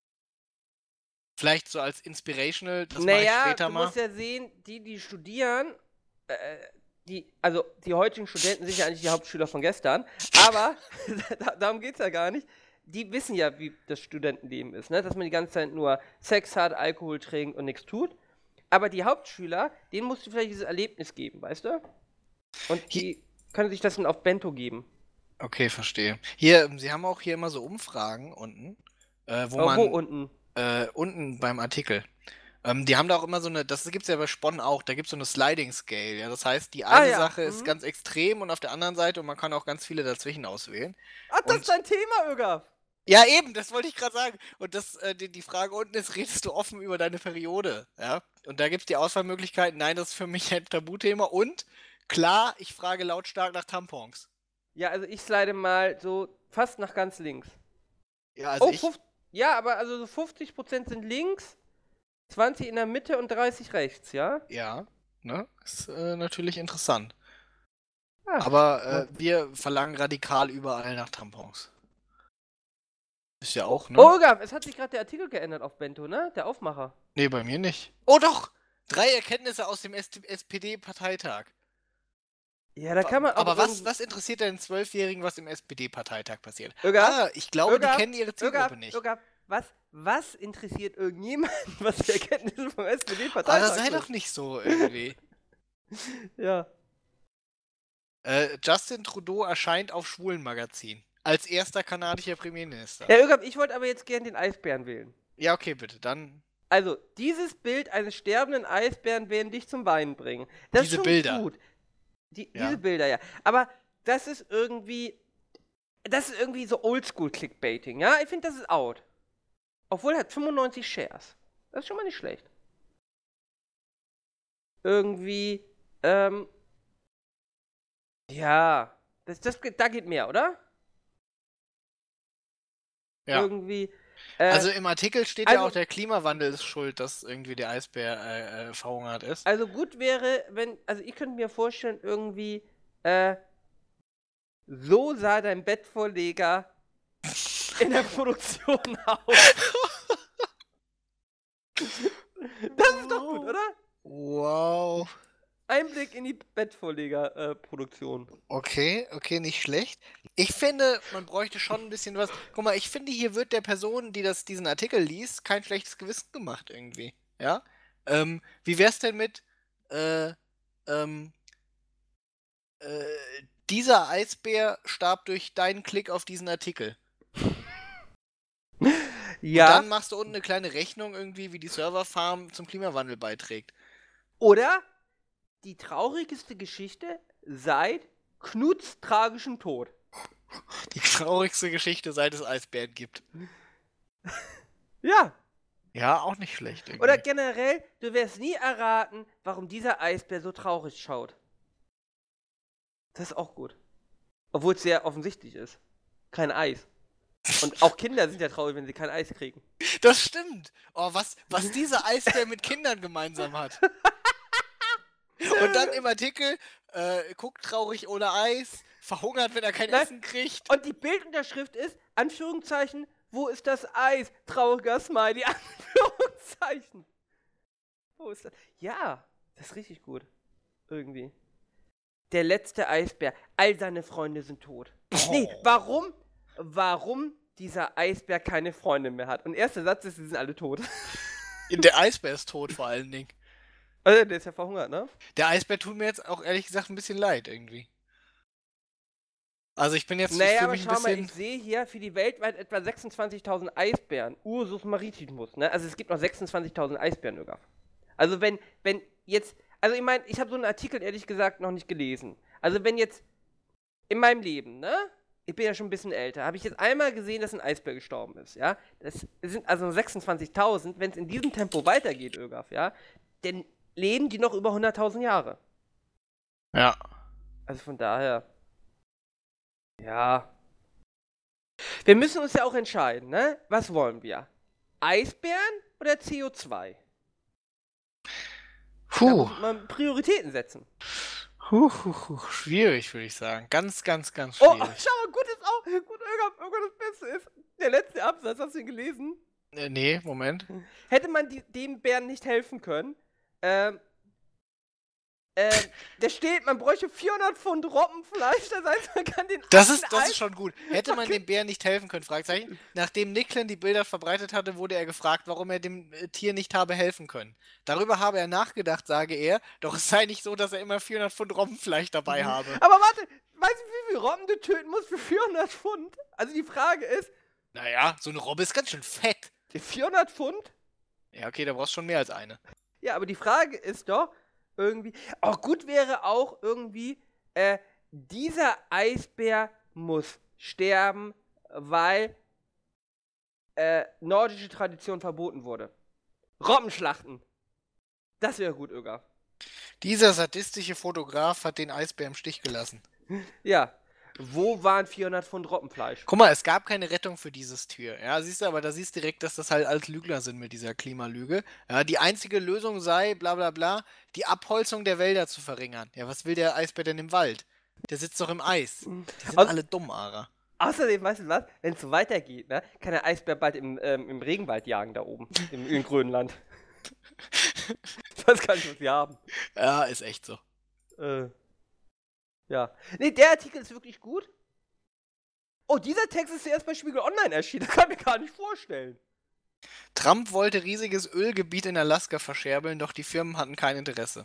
Vielleicht so als Inspirational, das mache ich Naja, später du mal. musst ja sehen, die, die studieren, äh, die, also die heutigen Studenten sind ja eigentlich die Hauptschüler von gestern, aber da, darum geht's ja gar nicht. Die wissen ja, wie das Studentenleben ist, ne? Dass man die ganze Zeit nur Sex hat, Alkohol trinkt und nichts tut. Aber die Hauptschüler, denen musst du vielleicht dieses Erlebnis geben, weißt du? Und die können sich das dann auf Bento geben. Okay, verstehe. Hier, sie haben auch hier immer so Umfragen unten, äh, wo Aber man... wo unten? Äh, unten beim Artikel. Ähm, die haben da auch immer so eine, das gibt's ja bei Spon auch, da gibt's so eine Sliding Scale, ja. Das heißt, die Ah, eine ja. Sache ist Mhm. ganz extrem und auf der anderen Seite und man kann auch ganz viele dazwischen auswählen. Ach, das Und- ist dein Thema, Ögaf. Ja, eben, das wollte ich gerade sagen. Und das, äh, die, die Frage unten ist, redest du offen über deine Periode? Ja. Und da gibt's die Auswahlmöglichkeiten, nein, das ist für mich ein Tabuthema und klar, ich frage lautstark nach Tampons. Ja, also ich slide mal so fast nach ganz links. Ja, also oh, ich. fünf- ja, aber also so fünfzig Prozent sind links, zwanzig in der Mitte und dreißig rechts, ja? Ja, ne? Ist äh, natürlich interessant. Ah, Aber äh, wir verlangen radikal überall nach Tampons. Ist ja auch, ne? Oh, Ögaf, es hat sich gerade der Artikel geändert auf Bento, ne? Der Aufmacher. Nee, bei mir nicht. Oh doch! Drei Erkenntnisse aus dem S P D-Parteitag. Ja, da kann man auch Aber was, irgend- was interessiert denn einen Zwölfjährigen, was im S P D-Parteitag passiert? Ögaf, Ah, ich glaube, Ögaf, die kennen ihre Zielgruppe Ögaf, nicht. Ögaf, was, was interessiert irgendjemanden, was die Erkenntnisse vom S P Aber D-Parteitag sei doch nicht so irgendwie. Ja. äh, Justin Trudeau erscheint auf Schwulenmagazin. Als erster kanadischer Premierminister. Ja, Ögaf, ich wollte aber jetzt gern den Eisbären wählen. Ja, okay, bitte. Dann Also, dieses Bild eines sterbenden Eisbären werden dich zum Weinen bringen. Das Diese ist schon Bilder. gut. Die, Ja. Diese Bilder, ja. Aber das ist irgendwie. Das ist irgendwie so Oldschool-Clickbaiting, ja? Ich finde, das ist out. Obwohl er hat fünfundneunzig Shares. Das ist schon mal nicht schlecht. Irgendwie, ähm. Ja. Das, das, geht- da geht mehr, oder? ja. Irgendwie. Äh, Also im Artikel steht ja also- auch, der Klimawandel ist schuld, dass irgendwie der Eisbär äh, äh, verhungert ist. Also gut wäre, wenn, also ich könnte mir vorstellen, irgendwie, äh, so sah dein Bettvorleger in der Produktion aus. Das ist doch gut, oder? Wow. Einblick in die Bettvorleger-Produktion. Okay, okay, nicht schlecht. Ich finde, man bräuchte schon ein bisschen was. Guck mal, ich finde, hier wird der Person, die das, diesen Artikel liest, kein schlechtes Gewissen gemacht irgendwie. Ja? Ähm, wie wär's denn mit, äh, ähm, äh, dieser Eisbär starb durch deinen Klick auf diesen Artikel. Ja, Und dann machst du unten eine kleine Rechnung irgendwie, wie die Serverfarm zum Klimawandel beiträgt. oder die traurigste Geschichte seit Knuts tragischem Tod. Die traurigste Geschichte, seit es Eisbären gibt. Ja. Ja, auch nicht schlecht. Irgendwie. Oder generell, du wirst nie erraten, warum dieser Eisbär so traurig schaut. Das ist auch gut. Obwohl es sehr offensichtlich ist. Kein Eis. Und auch Kinder sind ja traurig, wenn sie kein Eis kriegen. Das stimmt. Oh, was, was dieser Eisbär mit Kindern gemeinsam hat. Und dann im Artikel, äh, guckt traurig ohne Eis, verhungert, wenn er kein Nein. Essen kriegt. Und die Bildunterschrift ist, Anführungszeichen, wo ist das Eis? Trauriger Smiley, Anführungszeichen. Wo ist das? Ja, das ist richtig gut. Irgendwie. Der letzte Eisbär. All seine Freunde sind tot. Nee, warum? Warum dieser Eisbär keine Freunde mehr hat. Und erster Satz ist, sie sind alle tot. Der Eisbär ist tot vor allen Dingen. Also, der ist ja verhungert, ne? Der Eisbär tut mir jetzt auch ehrlich gesagt ein bisschen leid irgendwie. Also ich bin jetzt Naja, für aber mich schau ein mal, bisschen... ich sehe hier für die weltweit etwa sechsundzwanzigtausend Eisbären. Ursus maritimus, ne? Also es gibt noch sechsundzwanzigtausend Eisbären, Ögaf. Also wenn, wenn jetzt, also ich meine, ich habe so einen Artikel ehrlich gesagt noch nicht gelesen. Also wenn jetzt in meinem Leben, ne? Ich bin ja schon ein bisschen älter, habe ich jetzt einmal gesehen, dass ein Eisbär gestorben ist, ja? Das sind also sechsundzwanzigtausend, wenn es in diesem Tempo weitergeht, Ögaf, ja? Dann leben die noch über hunderttausend Jahre. Ja. Also von daher. Ja. Wir müssen uns ja auch entscheiden, ne? Was wollen wir? Eisbären oder C O zwei? Da Puh. muss man Prioritäten setzen. Huh, huh, huh. Schwierig, würde ich sagen. Ganz, ganz, ganz Oh, schwierig. schau mal, gut ist auch, gut, irgendwann, irgendwann das Beste ist, der letzte Absatz, hast du ihn gelesen? Äh, nee, Moment. Hätte man die, dem Bären nicht helfen können, ähm, ähm, da steht, man bräuchte vierhundert Pfund Robbenfleisch, das heißt, man kann den Das Affen ist, das ein- ist schon gut. Hätte man dem Bären nicht helfen können, Fragezeichen. Nachdem Nicklin die Bilder verbreitet hatte, wurde er gefragt, warum er dem äh, Tier nicht habe helfen können. Darüber habe er nachgedacht, sage er, doch es sei nicht so, dass er immer vierhundert Pfund Robbenfleisch dabei habe. Aber warte, weißt du, wie viel Robben du töten musst für vierhundert Pfund? Also die Frage ist, Naja, so eine Robbe ist ganz schön fett. vierhundert Pfund? Ja, okay, da brauchst du schon mehr als eine. Ja, aber die Frage ist doch irgendwie, auch gut wäre auch irgendwie, äh, dieser Eisbär muss sterben, weil äh, nordische Tradition verboten wurde. Robbenschlachten. Das wäre gut, Öger. Dieser sadistische Fotograf hat den Eisbär im Stich gelassen. Ja. Wo waren vierhundert Pfund Robbenfleisch? Guck mal, es gab keine Rettung für dieses Tier. Ja, siehst du, aber da siehst du direkt, dass das halt alles Lügner sind mit dieser Klimalüge. Ja, die einzige Lösung sei, bla bla bla, die Abholzung der Wälder zu verringern. Ja, was will der Eisbär denn im Wald? Der sitzt doch im Eis. Die sind Aus- alle dumm, Ara. Außerdem, weißt du was, wenn es so weitergeht, ne, kann der Eisbär bald im, ähm, im Regenwald jagen da oben, im, in Grönland. Ich weiß gar nicht, was wir haben. Ja, ist echt so. Äh, ja. Nee, der Artikel ist wirklich gut. Oh, dieser Text ist zuerst bei Spiegel Online erschienen. Das kann ich mir gar nicht vorstellen. Trump wollte riesiges Ölgebiet in Alaska verscherbeln, doch die Firmen hatten kein Interesse.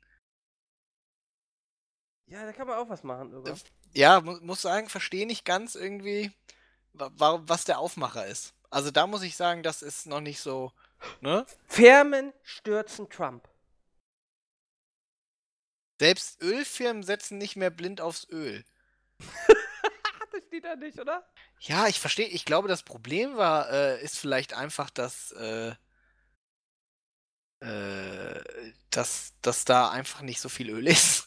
Ja, da kann man auch was machen, oder? Ja, mu muss sagen, verstehe nicht ganz irgendwie, wa wa was der Aufmacher ist. Also da muss ich sagen, das ist noch nicht so, ne? Firmen stürzen Trump. Selbst Ölfirmen setzen nicht mehr blind aufs Öl. Das steht da nicht, oder? Ja, ich verstehe. Ich glaube, das Problem war, äh, ist vielleicht einfach, dass, äh, äh, dass, dass da einfach nicht so viel Öl ist.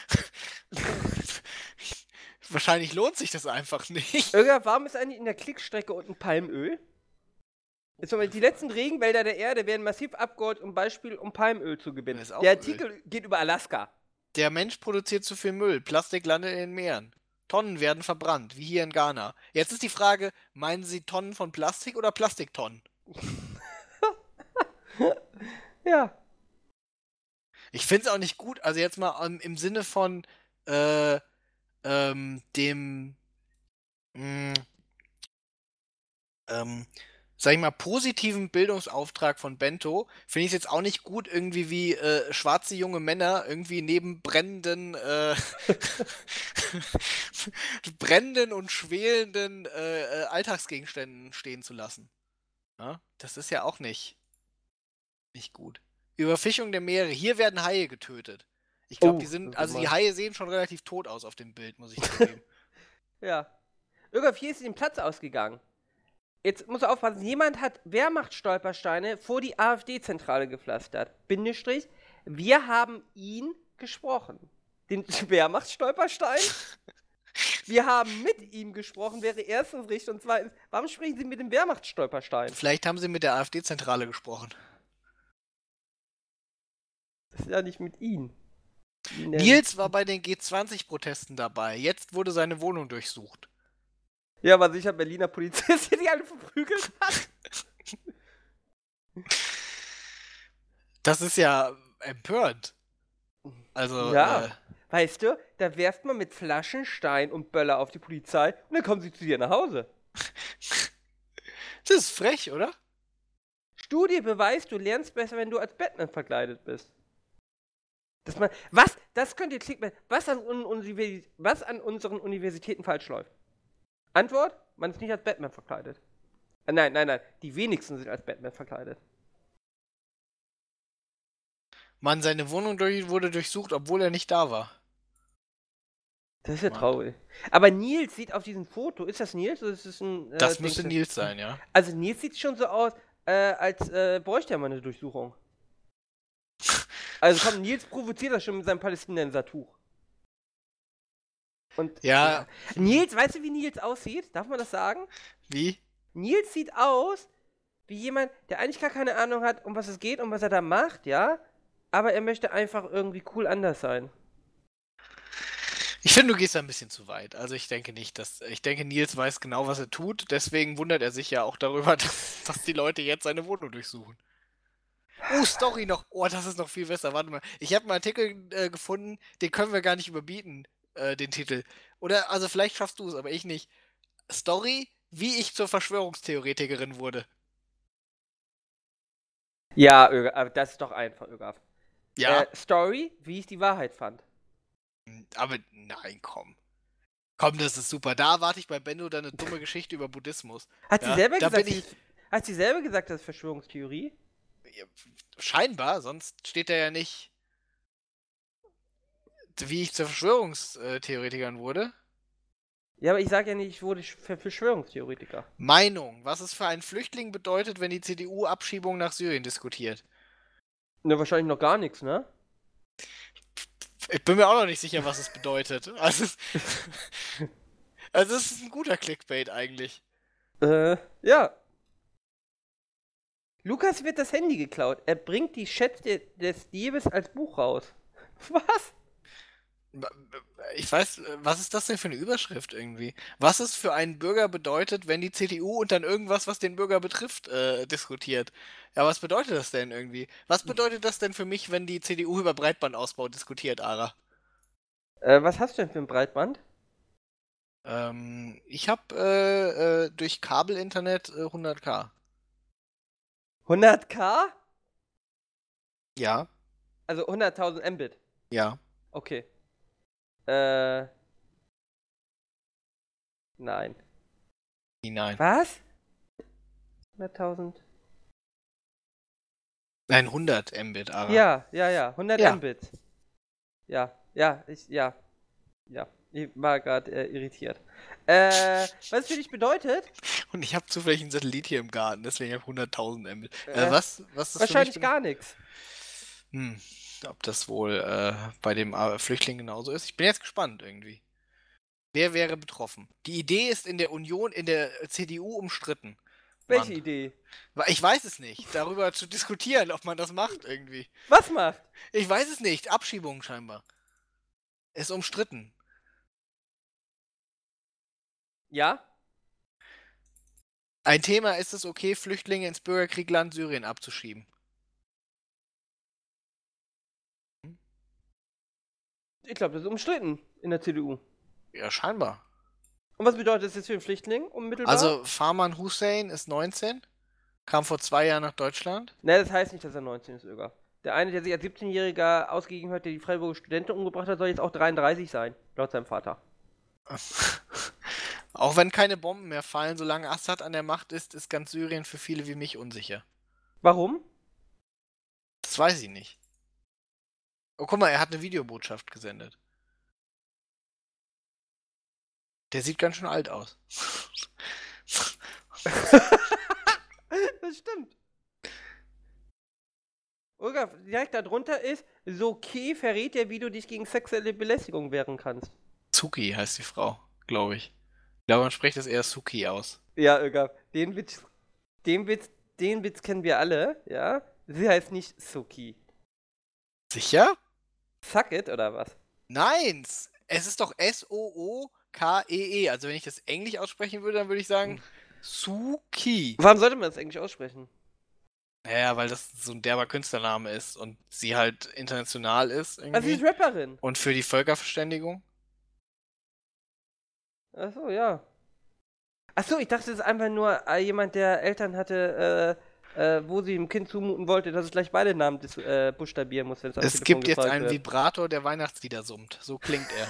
Wahrscheinlich lohnt sich das einfach nicht. Irga, warum ist eigentlich in der Klickstrecke unten Palmöl? Jetzt mal, die letzten Regenwälder der Erde werden massiv abgeholzt, um Beispiel um Palmöl zu gewinnen. Das ist auch Der Öl. Artikel geht über Alaska. Der Mensch produziert zu viel Müll. Plastik landet in den Meeren. Tonnen werden verbrannt, wie hier in Ghana. Jetzt ist die Frage, meinen Sie Tonnen von Plastik oder Plastiktonnen? Ja. Ich finde es auch nicht gut, also jetzt mal ähm, im Sinne von äh, ähm, dem mh, ähm, sag ich mal, positiven Bildungsauftrag von Bento, finde ich es jetzt auch nicht gut, irgendwie wie äh, schwarze junge Männer irgendwie neben brennenden äh, brennenden und schwelenden äh, äh, Alltagsgegenständen stehen zu lassen. Ja? Das ist ja auch nicht nicht gut. Überfischung der Meere. Hier werden Haie getötet. Ich glaube, Oh, die sind, das ist also die gemein. Haie sehen schon relativ tot aus auf dem Bild, muss ich zugeben. Ja. Irga, hier ist den Platz ausgegangen. Jetzt muss er aufpassen, jemand hat Wehrmachtstolpersteine vor die AfD-Zentrale gepflastert. Bindestrich, wir haben ihn gesprochen. Den Wehrmachtstolperstein? Wir haben mit ihm gesprochen, wäre erstens richtig. Und zweitens, warum sprechen Sie mit dem Wehrmachtstolperstein? Vielleicht haben sie mit der AfD-Zentrale gesprochen. Das ist ja nicht mit ihm. Ihn nennen. Nils war bei den G zwanzig-Protesten dabei. Jetzt wurde seine Wohnung durchsucht. Ja, weil sicher Berliner Polizist hier die alle verprügelt hat. Das ist ja empörend. Also, Ja. äh, Weißt du, da werft man mit Flaschen, Stein und Böller auf die Polizei und dann kommen sie zu dir nach Hause. das ist frech, oder? Studie beweist, du lernst besser, wenn du als Batman verkleidet bist. Dass man, was? Das könnt ihr klicken. Was an, un, Universi- was an unseren Universitäten falsch läuft? Antwort? Man ist nicht als Batman verkleidet. Äh, nein, nein, nein. Die wenigsten sind als Batman verkleidet. Mann, seine Wohnung durch, wurde durchsucht, obwohl er nicht da war. Das ist ja Mann. traurig. Aber Nils sieht auf diesem Foto, ist das Nils oder ist das ein. Äh, Das Ding- müsste Nils sein, ja. Also Nils sieht schon so aus, äh, als äh, bräuchte er mal eine Durchsuchung. Also komm, Nils provoziert das schon mit seinem Palästinenser-Tuch. Und Ja, Nils, weißt du, wie Nils aussieht? Darf man das sagen? wie? Nils sieht aus wie jemand, der eigentlich gar keine Ahnung hat, um was es geht und was er da macht, ja? Aber er möchte einfach irgendwie cool anders sein. Ich finde, du gehst da ein bisschen zu weit. Also ich denke nicht, dass. Ich denke, Nils weiß genau, was er tut. Deswegen wundert er sich ja auch darüber, dass, dass die Leute jetzt seine Wohnung durchsuchen. Oh, Story noch. Oh, das ist noch viel besser. Warte mal. Ich habe einen Artikel äh, gefunden, den können wir gar nicht überbieten, äh, den Titel. Oder, also vielleicht schaffst du es, aber ich nicht. Story, wie ich zur Verschwörungstheoretikerin wurde. Ja, Ögaf, aber das ist doch einfach, Ögaf. Ja, Äh, Story, wie ich die Wahrheit fand. aber nein, komm. Komm, das ist super. Da erwarte ich bei Benno dann eine dumme Geschichte über Buddhismus. Hat Ja, sie selber da gesagt, bin ich- sie ist- hat sie selber gesagt, das ist Verschwörungstheorie? Ja, scheinbar, sonst steht da ja nicht, wie ich zur Verschwörungstheoretikerin wurde. Ja, aber ich sage ja nicht, ich wurde Sch- Ver- Verschwörungstheoretiker. Meinung, was es für einen Flüchtling bedeutet, wenn die C D U Abschiebung nach Syrien diskutiert. Ne, wahrscheinlich noch gar nichts, ne? Ich bin mir auch noch nicht sicher, was es bedeutet. Also, es- also es ist ein guter Clickbait eigentlich. Äh, ja. Lukas wird das Handy geklaut. Er bringt die Schätze des Diebes als Buch raus. Was? Ich weiß, was ist das denn für eine Überschrift irgendwie? Was es für einen Bürger bedeutet, wenn die C D U und dann irgendwas, was den Bürger betrifft, äh, diskutiert. Ja, was bedeutet das denn irgendwie? Was bedeutet das denn für mich, wenn die C D U über Breitbandausbau diskutiert, Ara? Äh, was hast du denn für ein Breitband? Ähm, ich habe äh, äh, durch Kabelinternet äh, hundert K. hunderttausend? Ja, Also hunderttausend Mbit. ja. Okay. Äh. Nein. Nein. Was? hunderttausend? Nein, hundert Mbit, Ara. Ja, ja, ja. hundert Ja. Mbit. Ja, ja, ich, ja. Ja. Ich war gerade äh, irritiert. Äh, was es für dich bedeutet? Und ich habe zufällig einen Satellit hier im Garten, deswegen habe ich hunderttausend Mbit. Äh, Äh, was? Was das Wahrscheinlich für mich gar nichts. Hm, ob das wohl äh, bei dem äh, Flüchtling genauso ist? Ich bin jetzt gespannt irgendwie. Wer wäre betroffen? Die Idee ist in der Union, in der C D U umstritten. Welche Mann. Idee? Wa- Ich weiß es nicht. Darüber zu diskutieren, ob man das macht irgendwie. Was macht? Ich weiß es nicht. Abschiebung scheinbar. Ist umstritten. Ja? Ein Thema ist es okay, Flüchtlinge ins Bürgerkriegland Syrien abzuschieben. Ich glaube, das ist umstritten in der C D U. Ja, scheinbar. Und was bedeutet das jetzt für den Flüchtling unmittelbar? Also, Farman Hussein ist neunzehn, kam vor zwei Jahren nach Deutschland. Ne, das heißt nicht, dass er neunzehn ist, Öger. Der eine, der sich als siebzehnjähriger ausgegeben hat, der die Freiburger Studenten umgebracht hat, soll jetzt auch dreiunddreißig sein, laut seinem Vater. Auch wenn keine Bomben mehr fallen, solange Assad an der Macht ist, ist ganz Syrien für viele wie mich unsicher. Warum? Das weiß ich nicht. Oh, guck mal, er hat eine Videobotschaft gesendet. Der sieht ganz schön alt aus. Das stimmt. Olga, direkt darunter ist, Soki verrät dir, wie du dich gegen sexuelle Belästigung wehren kannst. Suki heißt die Frau, glaube ich. Ich glaube, man spricht das eher Suki aus. Ja, Olga, den Witz, den Witz, den Witz kennen wir alle, ja? Sie heißt nicht Soki. Sicher? Suck it, oder was? Nein, es ist doch S O O K E E. Also wenn ich das Englisch aussprechen würde, dann würde ich sagen Suki. Warum sollte man das eigentlich aussprechen? Naja, weil das so ein derber Künstlername ist und sie halt international ist irgendwie. Also sie ist Rapperin. Und für die Völkerverständigung? Achso, ja. Achso, ich dachte, es ist einfach nur äh, jemand, der Eltern hatte, äh, äh, wo sie dem Kind zumuten wollte, dass es gleich beide Namen dis äh, buchstabieren muss, wenn es am Es Telefon gibt jetzt gefragt einen wird. Vibrator, der Weihnachtslieder summt. So klingt er.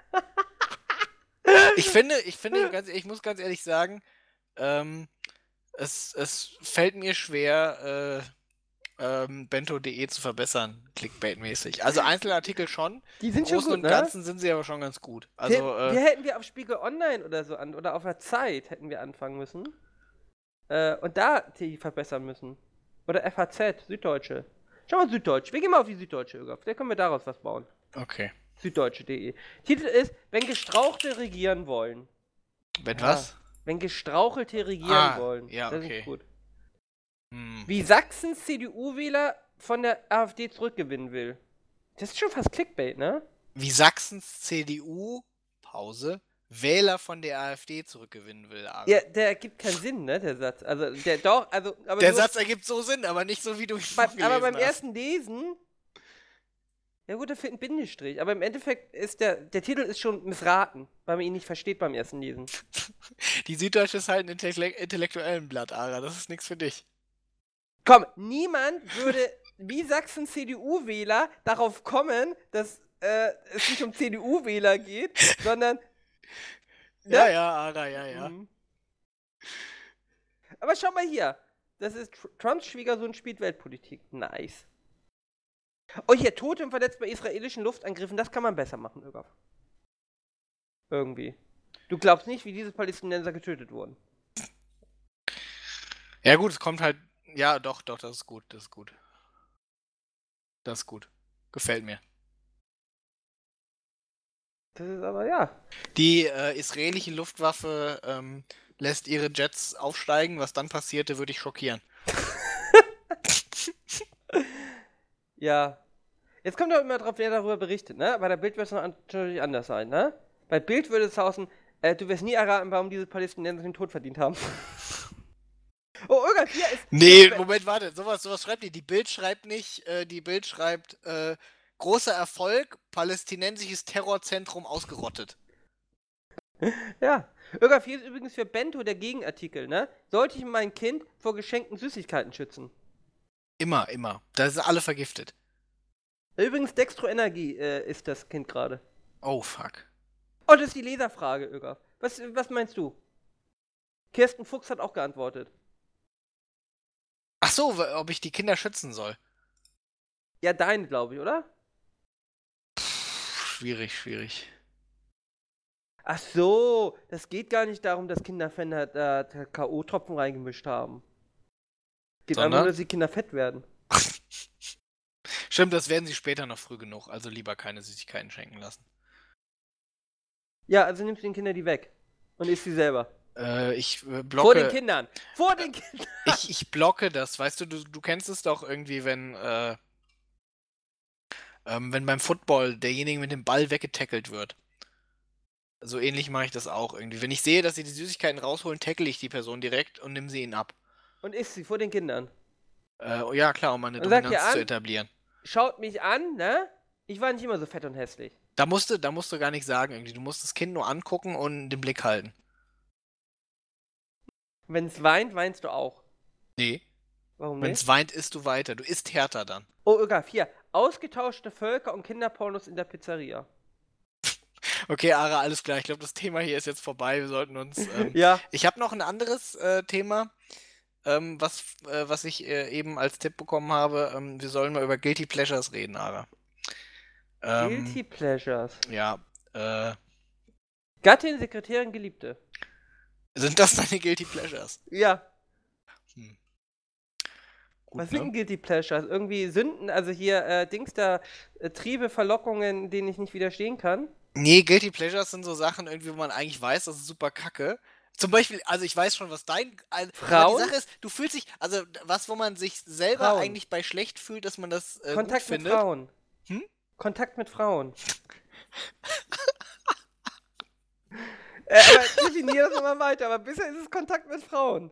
Ich finde, ich finde, ganz, ich muss ganz ehrlich sagen, ähm, es, es fällt mir schwer, äh, ähm, bento punkt de zu verbessern, Clickbait-mäßig. Also einzelne Artikel schon, Die im sind schon Großen gut, und ne? Ganzen sind sie aber schon ganz gut. Also, wir, äh, wir hätten wir auf Spiegel Online oder so an, oder auf der Zeit hätten wir anfangen müssen. Äh, und da die verbessern müssen. Oder F A Z, Süddeutsche. Schau mal, Süddeutsche. Wir gehen mal auf die Süddeutsche, Ögaf. Da können wir daraus was bauen. okay. Süddeutsche punkt de. Titel ist, wenn Gestrauchte regieren wollen. Wenn Ja. was? Wenn Gestrauchelte regieren Ah, wollen. ja, Das okay. ist gut. Hm. Wie Sachsens C D U-Wähler von der AfD zurückgewinnen will. Das ist schon fast Clickbait, ne? wie Sachsens C D U, Pause, Wähler von der AfD zurückgewinnen will, Ara. Ja, der ergibt keinen Sinn, ne, der Satz. Also, der doch, also, aber Der nur, Satz ergibt so Sinn, aber nicht so, wie du ihn beim, vorgelesen aber beim hast. ersten Lesen, ja gut, da fehlt ein Bindestrich, aber im Endeffekt ist der, der Titel ist schon missraten, weil man ihn nicht versteht beim ersten Lesen. Die Süddeutsche ist halt ein Intellek intellektuellen Blatt, Ara, das ist nichts für dich. Komm, niemand würde, wie Sachsen C D U-Wähler, darauf kommen, dass äh, es nicht um C D U-Wähler geht, sondern... Ne? Ja, ja, Ara, ja, ja. Mhm. Aber schau mal hier. Das ist Tr Trumps Schwiegersohn spielt Weltpolitik. Nice. Oh, hier, Tote und verletzt bei israelischen Luftangriffen. Das kann man besser machen, Ögaf. Irgendwie. Du glaubst nicht, wie diese Palästinenser getötet wurden. Ja gut, es kommt halt... Ja, doch, doch, das ist gut, das ist gut. Das ist gut. Gefällt mir. Das ist aber, ja. Die äh, israelische Luftwaffe ähm, lässt ihre Jets aufsteigen. Was dann passierte, würde ich schockieren. Ja. Jetzt kommt doch immer drauf, wer darüber berichtet, ne? Bei der Bild wird es natürlich anders sein, ne? Bei Bild würde es heißen, äh, du wirst nie erraten, warum diese Palästinenser den Tod verdient haben. Oh, Ögaf, hier ist... Nee, Moment, warte. Sowas, sowas schreibt die. Die Bild schreibt nicht, äh, die Bild schreibt, äh, großer Erfolg, palästinensisches Terrorzentrum ausgerottet. Ja. Ögaf, hier ist übrigens für Bento der Gegenartikel, ne? Sollte ich mein Kind vor geschenkten Süßigkeiten schützen? Immer, immer. Da sind alle vergiftet. Übrigens, Dextroenergie äh, ist das Kind gerade. Oh, fuck. Oh, das ist die Leserfrage, Ögaf. Was, was meinst du? Kirsten Fuchs hat auch geantwortet. Ach so, w- ob ich die Kinder schützen soll. Ja, deine, glaube ich, oder? Pff, schwierig, schwierig. Ach so, das geht gar nicht darum, dass Kinderfänder da da K O-Tropfen reingemischt haben. Geht einfach Sondern? nur, dass die Kinder fett werden. Stimmt, das werden sie später noch früh genug, also lieber keine Süßigkeiten schenken lassen. Ja, also nimmst du den Kindern die weg. Und isst sie selber. Äh, ich äh, Vor den blocke. Kindern! Vor den Kindern! Ich, ich blocke das, weißt du, du, du kennst es doch irgendwie, wenn, äh, ähm, wenn beim Football derjenige mit dem Ball weggetackelt wird. So ähnlich mache ich das auch irgendwie. Wenn ich sehe, dass sie die Süßigkeiten rausholen, tackle ich die Person direkt und nehme sie ihnen ab. Und isst sie vor den Kindern. Äh, ja, klar, um eine Und sagt Dominanz ihr zu an- etablieren. Schaut mich an, ne? Ich war nicht immer so fett und hässlich. Da musst du, da musst du gar nicht sagen irgendwie. Du musst das Kind nur angucken und den Blick halten. Wenn es weint, weinst du auch. Nee. Warum Wenn nicht? es weint, isst du weiter. Du isst härter dann. Oh, Ögaf, hier. Ausgetauschte Völker und Kinderpornos in der Pizzeria. Okay, Ara, alles klar. Ich glaube, das Thema hier ist jetzt vorbei. Wir sollten uns. Ähm, Ja. Ich habe noch ein anderes äh, Thema, ähm, was, äh, was ich äh, eben als Tipp bekommen habe. Ähm, wir sollen mal über Guilty Pleasures reden, Ara. Ähm, Guilty Pleasures. Ja. Äh, Gattin, Sekretärin, Geliebte. sind das deine Guilty Pleasures? Ja. Hm. Gut, Was sind ne? denn Guilty Pleasures? Irgendwie Sünden, also hier, äh, Dings da, äh, Triebe, Verlockungen, denen ich nicht widerstehen kann. Nee, Guilty Pleasures sind so Sachen irgendwie, wo man eigentlich weiß, das ist super kacke. Zum Beispiel, also ich weiß schon, was dein. Also, aber Frauen? die Sache ist, du fühlst dich, also was, wo man sich selber Frauen. eigentlich bei schlecht fühlt, dass man das äh, gut Kontakt mit findet. Frauen. Hm? Kontakt mit Frauen. äh, aber definier das immer weiter, aber bisher ist es Kontakt mit Frauen.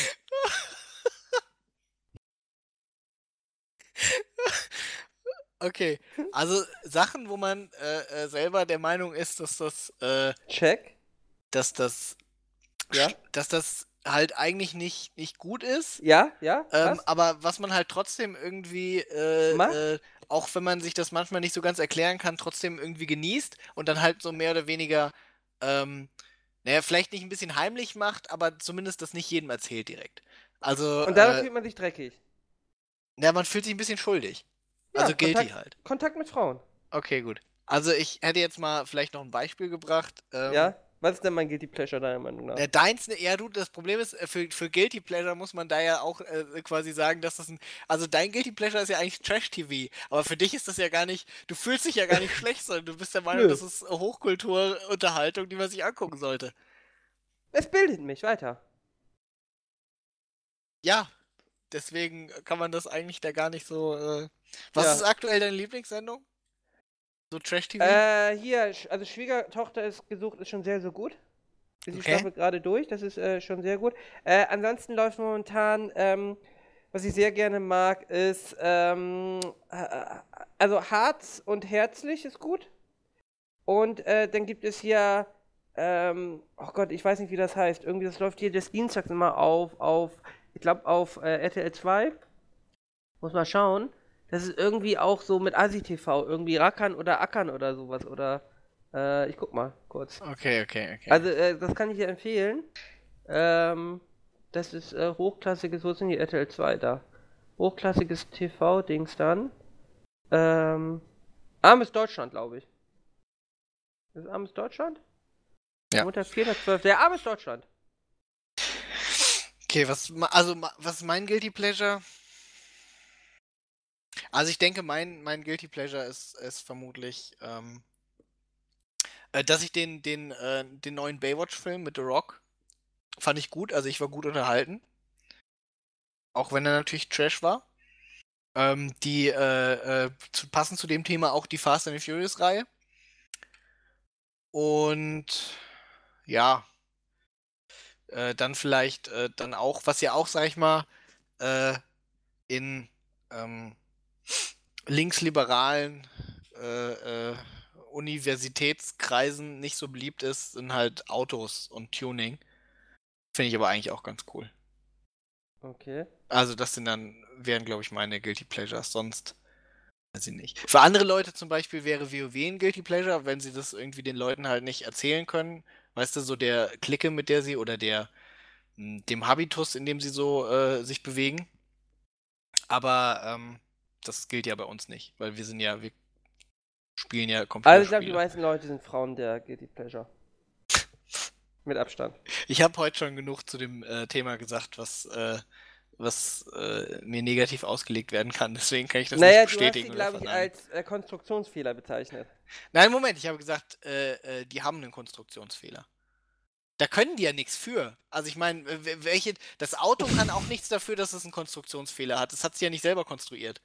Okay, also Sachen, wo man äh, äh, selber der Meinung ist, dass das, äh, Check. dass das, Ja. dass das halt eigentlich nicht, nicht gut ist. Ja, ja, Ähm, was? aber was man halt trotzdem irgendwie, äh, Macht? äh, auch wenn man sich das manchmal nicht so ganz erklären kann, trotzdem irgendwie genießt und dann halt so mehr oder weniger, ähm, naja, vielleicht nicht ein bisschen heimlich macht, aber zumindest das nicht jedem erzählt direkt. Also, Und dadurch äh, fühlt man sich dreckig. na, man fühlt sich ein bisschen schuldig. Ja, Also guilty Kontakt, halt. Kontakt mit Frauen. Okay, gut. Also ich hätte jetzt mal vielleicht noch ein Beispiel gebracht. Ähm, Ja? Was ist denn mein Guilty Pleasure deiner Meinung nach? äh, deins, ne, ja du, das Problem ist, äh, für, für Guilty Pleasure muss man da ja auch äh, quasi sagen, dass das ein, also dein Guilty Pleasure ist ja eigentlich Trash-T V, aber für dich ist das ja gar nicht, du fühlst dich ja gar nicht schlecht, sondern du bist der Meinung, Nö. das ist Hochkulturunterhaltung, die man sich angucken sollte. Es bildet mich weiter. Ja, deswegen kann man das eigentlich da gar nicht so, äh... Was Ja. ist aktuell deine Lieblingssendung? So Trash-T V? Äh, hier, sch- also Schwiegertochter ist gesucht, ist schon sehr, sehr gut. Ist die Okay. Staffel gerade durch, das ist äh, schon sehr gut. Äh, ansonsten läuft momentan, ähm, was ich sehr gerne mag, ist, ähm, äh, also Harz und Herzlich ist gut. Und äh, dann gibt es hier, ähm, oh Gott, ich weiß nicht, wie das heißt. Irgendwie, das läuft hier des Dienstags immer auf, auf, ich glaube, auf äh, R T L zwei. Muss mal schauen. Das ist irgendwie auch so mit ASI-T V, irgendwie Rackern oder Ackern oder sowas. Oder, äh, ich guck mal kurz. Okay, okay, okay. Also, äh, das kann ich dir empfehlen. Ähm, das ist äh, hochklassiges, wo sind die R T L zwei da? Hochklassiges T V-Dings dann. Ähm, Armes Deutschland, glaube ich. Ist es Armes Deutschland? Ja. Montag, vierter zwölfter Der Armes Deutschland. Okay, was, ma- also, ma- was ist mein Guilty Pleasure? Also ich denke, mein, mein Guilty Pleasure ist, ist vermutlich, ähm, äh, dass ich den, den, äh, den neuen Baywatch-Film mit The Rock fand ich gut, also ich war gut unterhalten. Auch wenn er natürlich Trash war. Ähm, die, äh, äh, zu, passend zu dem Thema auch die Fast and the Furious-Reihe. Und ja, äh, dann vielleicht äh, dann auch, was ja auch, sag ich mal, äh, in ähm, linksliberalen äh, äh, Universitätskreisen nicht so beliebt ist, sind halt Autos und Tuning. Finde ich aber eigentlich auch ganz cool. Okay. Also das sind dann, wären glaube ich meine Guilty Pleasures, sonst weiß ich nicht. Für andere Leute zum Beispiel wäre WoW ein Guilty Pleasure, wenn sie das irgendwie den Leuten halt nicht erzählen können. Weißt du, so der Clique, mit der sie oder der mh, dem Habitus, in dem sie so äh, sich bewegen. Aber ähm, das gilt ja bei uns nicht, weil wir sind ja, wir spielen ja Also Computerspiele. ich glaube, die meisten Leute sind Frauen der Guilty Pleasure. Mit Abstand. Ich habe heute schon genug zu dem äh, Thema gesagt, was, äh, was äh, mir negativ ausgelegt werden kann. Deswegen kann ich das Naja, nicht du hast bestätigen sie, oder glaube ich, verneinen. als äh, Konstruktionsfehler bezeichnet. Nein, Moment, ich habe gesagt, äh, äh, die haben einen Konstruktionsfehler. Da können die ja nichts für. Also ich meine, w- welche. Das Auto kann auch nichts dafür, dass es einen Konstruktionsfehler hat. Das hat sie ja nicht selber konstruiert.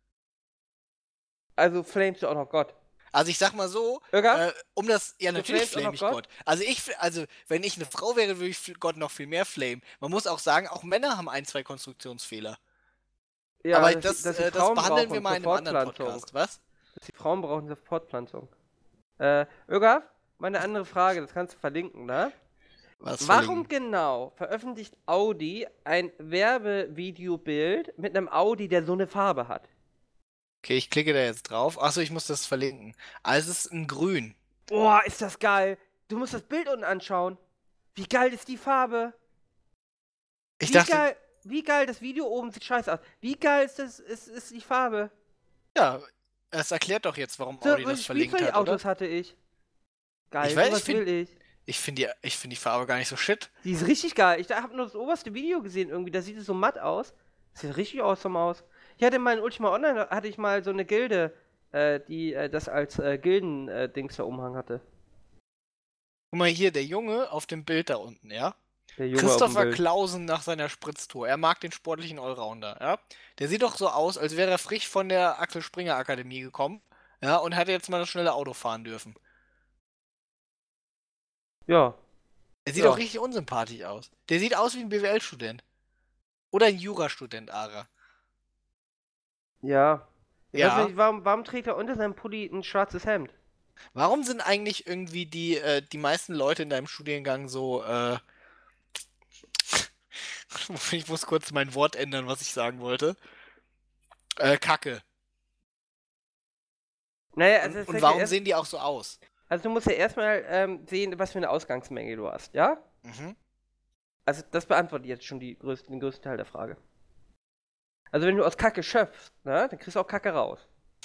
Also flamest du auch noch Gott. Also ich sag mal so, Irga? äh, um das, ja Du natürlich flamest auch flame noch ich Gott? Gott. Also ich, f- also wenn ich eine Frau wäre, würde ich f- Gott noch viel mehr flamen. Man muss auch sagen, auch Männer haben ein, zwei Konstruktionsfehler. Ja, Aber dass, das, die, dass die äh, das Frauen behandeln brauchen wir mal zur in einem anderen Fortpflanzung. Podcast. Was? Dass die Frauen brauchen zur Fortpflanzung. Äh, Irga, meine andere Frage, das kannst du verlinken, ne? Was Warum verlinken? genau veröffentlicht Audi ein Werbevideobild mit einem Audi, der so eine Farbe hat? Okay, ich klicke da jetzt drauf. Achso, ich muss das verlinken. Also es ist ein Grün. Boah, ist das geil. Du musst das Bild unten anschauen. Wie geil ist die Farbe? Ich wie dachte, geil, wie geil, das Video oben sieht scheiße aus. Wie geil ist das, ist, ist die Farbe? ja, es erklärt doch jetzt, warum So, Audi das verlinkt hat, oder? Spielzeugautos hatte ich. Geil, Ich weiß, sowas ich find- will ich. Ich finde die, ich find die Farbe gar nicht so shit. Die ist richtig geil. Ich habe nur das oberste Video gesehen irgendwie, da sieht es so matt aus. Das sieht richtig awesome aus. Ich hatte mal in Ultima Online, hatte ich mal so eine Gilde, äh, die äh, das als äh, Gilden-Dings da Umhang hatte. Guck mal hier, der Junge auf dem Bild da unten, ja? Der Junge auf dem Christopher Bild. Clausen nach seiner Spritztour. Er mag den sportlichen Allrounder, ja? Der sieht doch so aus, als wäre er frisch von der Axel Springer Akademie gekommen, ja, und hätte jetzt mal das schnelle Auto fahren dürfen. Ja. Er sieht Ja. doch richtig unsympathisch aus. Der sieht aus wie ein B W L-Student. Oder ein Jurastudent, Ara. Ja. Ich Ja. weiß nicht, warum, warum trägt er unter seinem Pulli ein schwarzes Hemd? Warum sind eigentlich irgendwie die, äh, die meisten Leute in deinem Studiengang so, äh. Ich muss kurz mein Wort ändern, was ich sagen wollte. Äh, Kacke. Naja, also, Und, das und fängt ja warum erst, sehen die auch so aus? also du musst ja erstmal ähm, sehen, was für eine Ausgangsmenge du hast, ja? Mhm. Also das beantwortet jetzt schon die größten, den größten Teil der Frage. Also wenn du aus Kacke schöpfst, ne, dann kriegst du auch Kacke raus.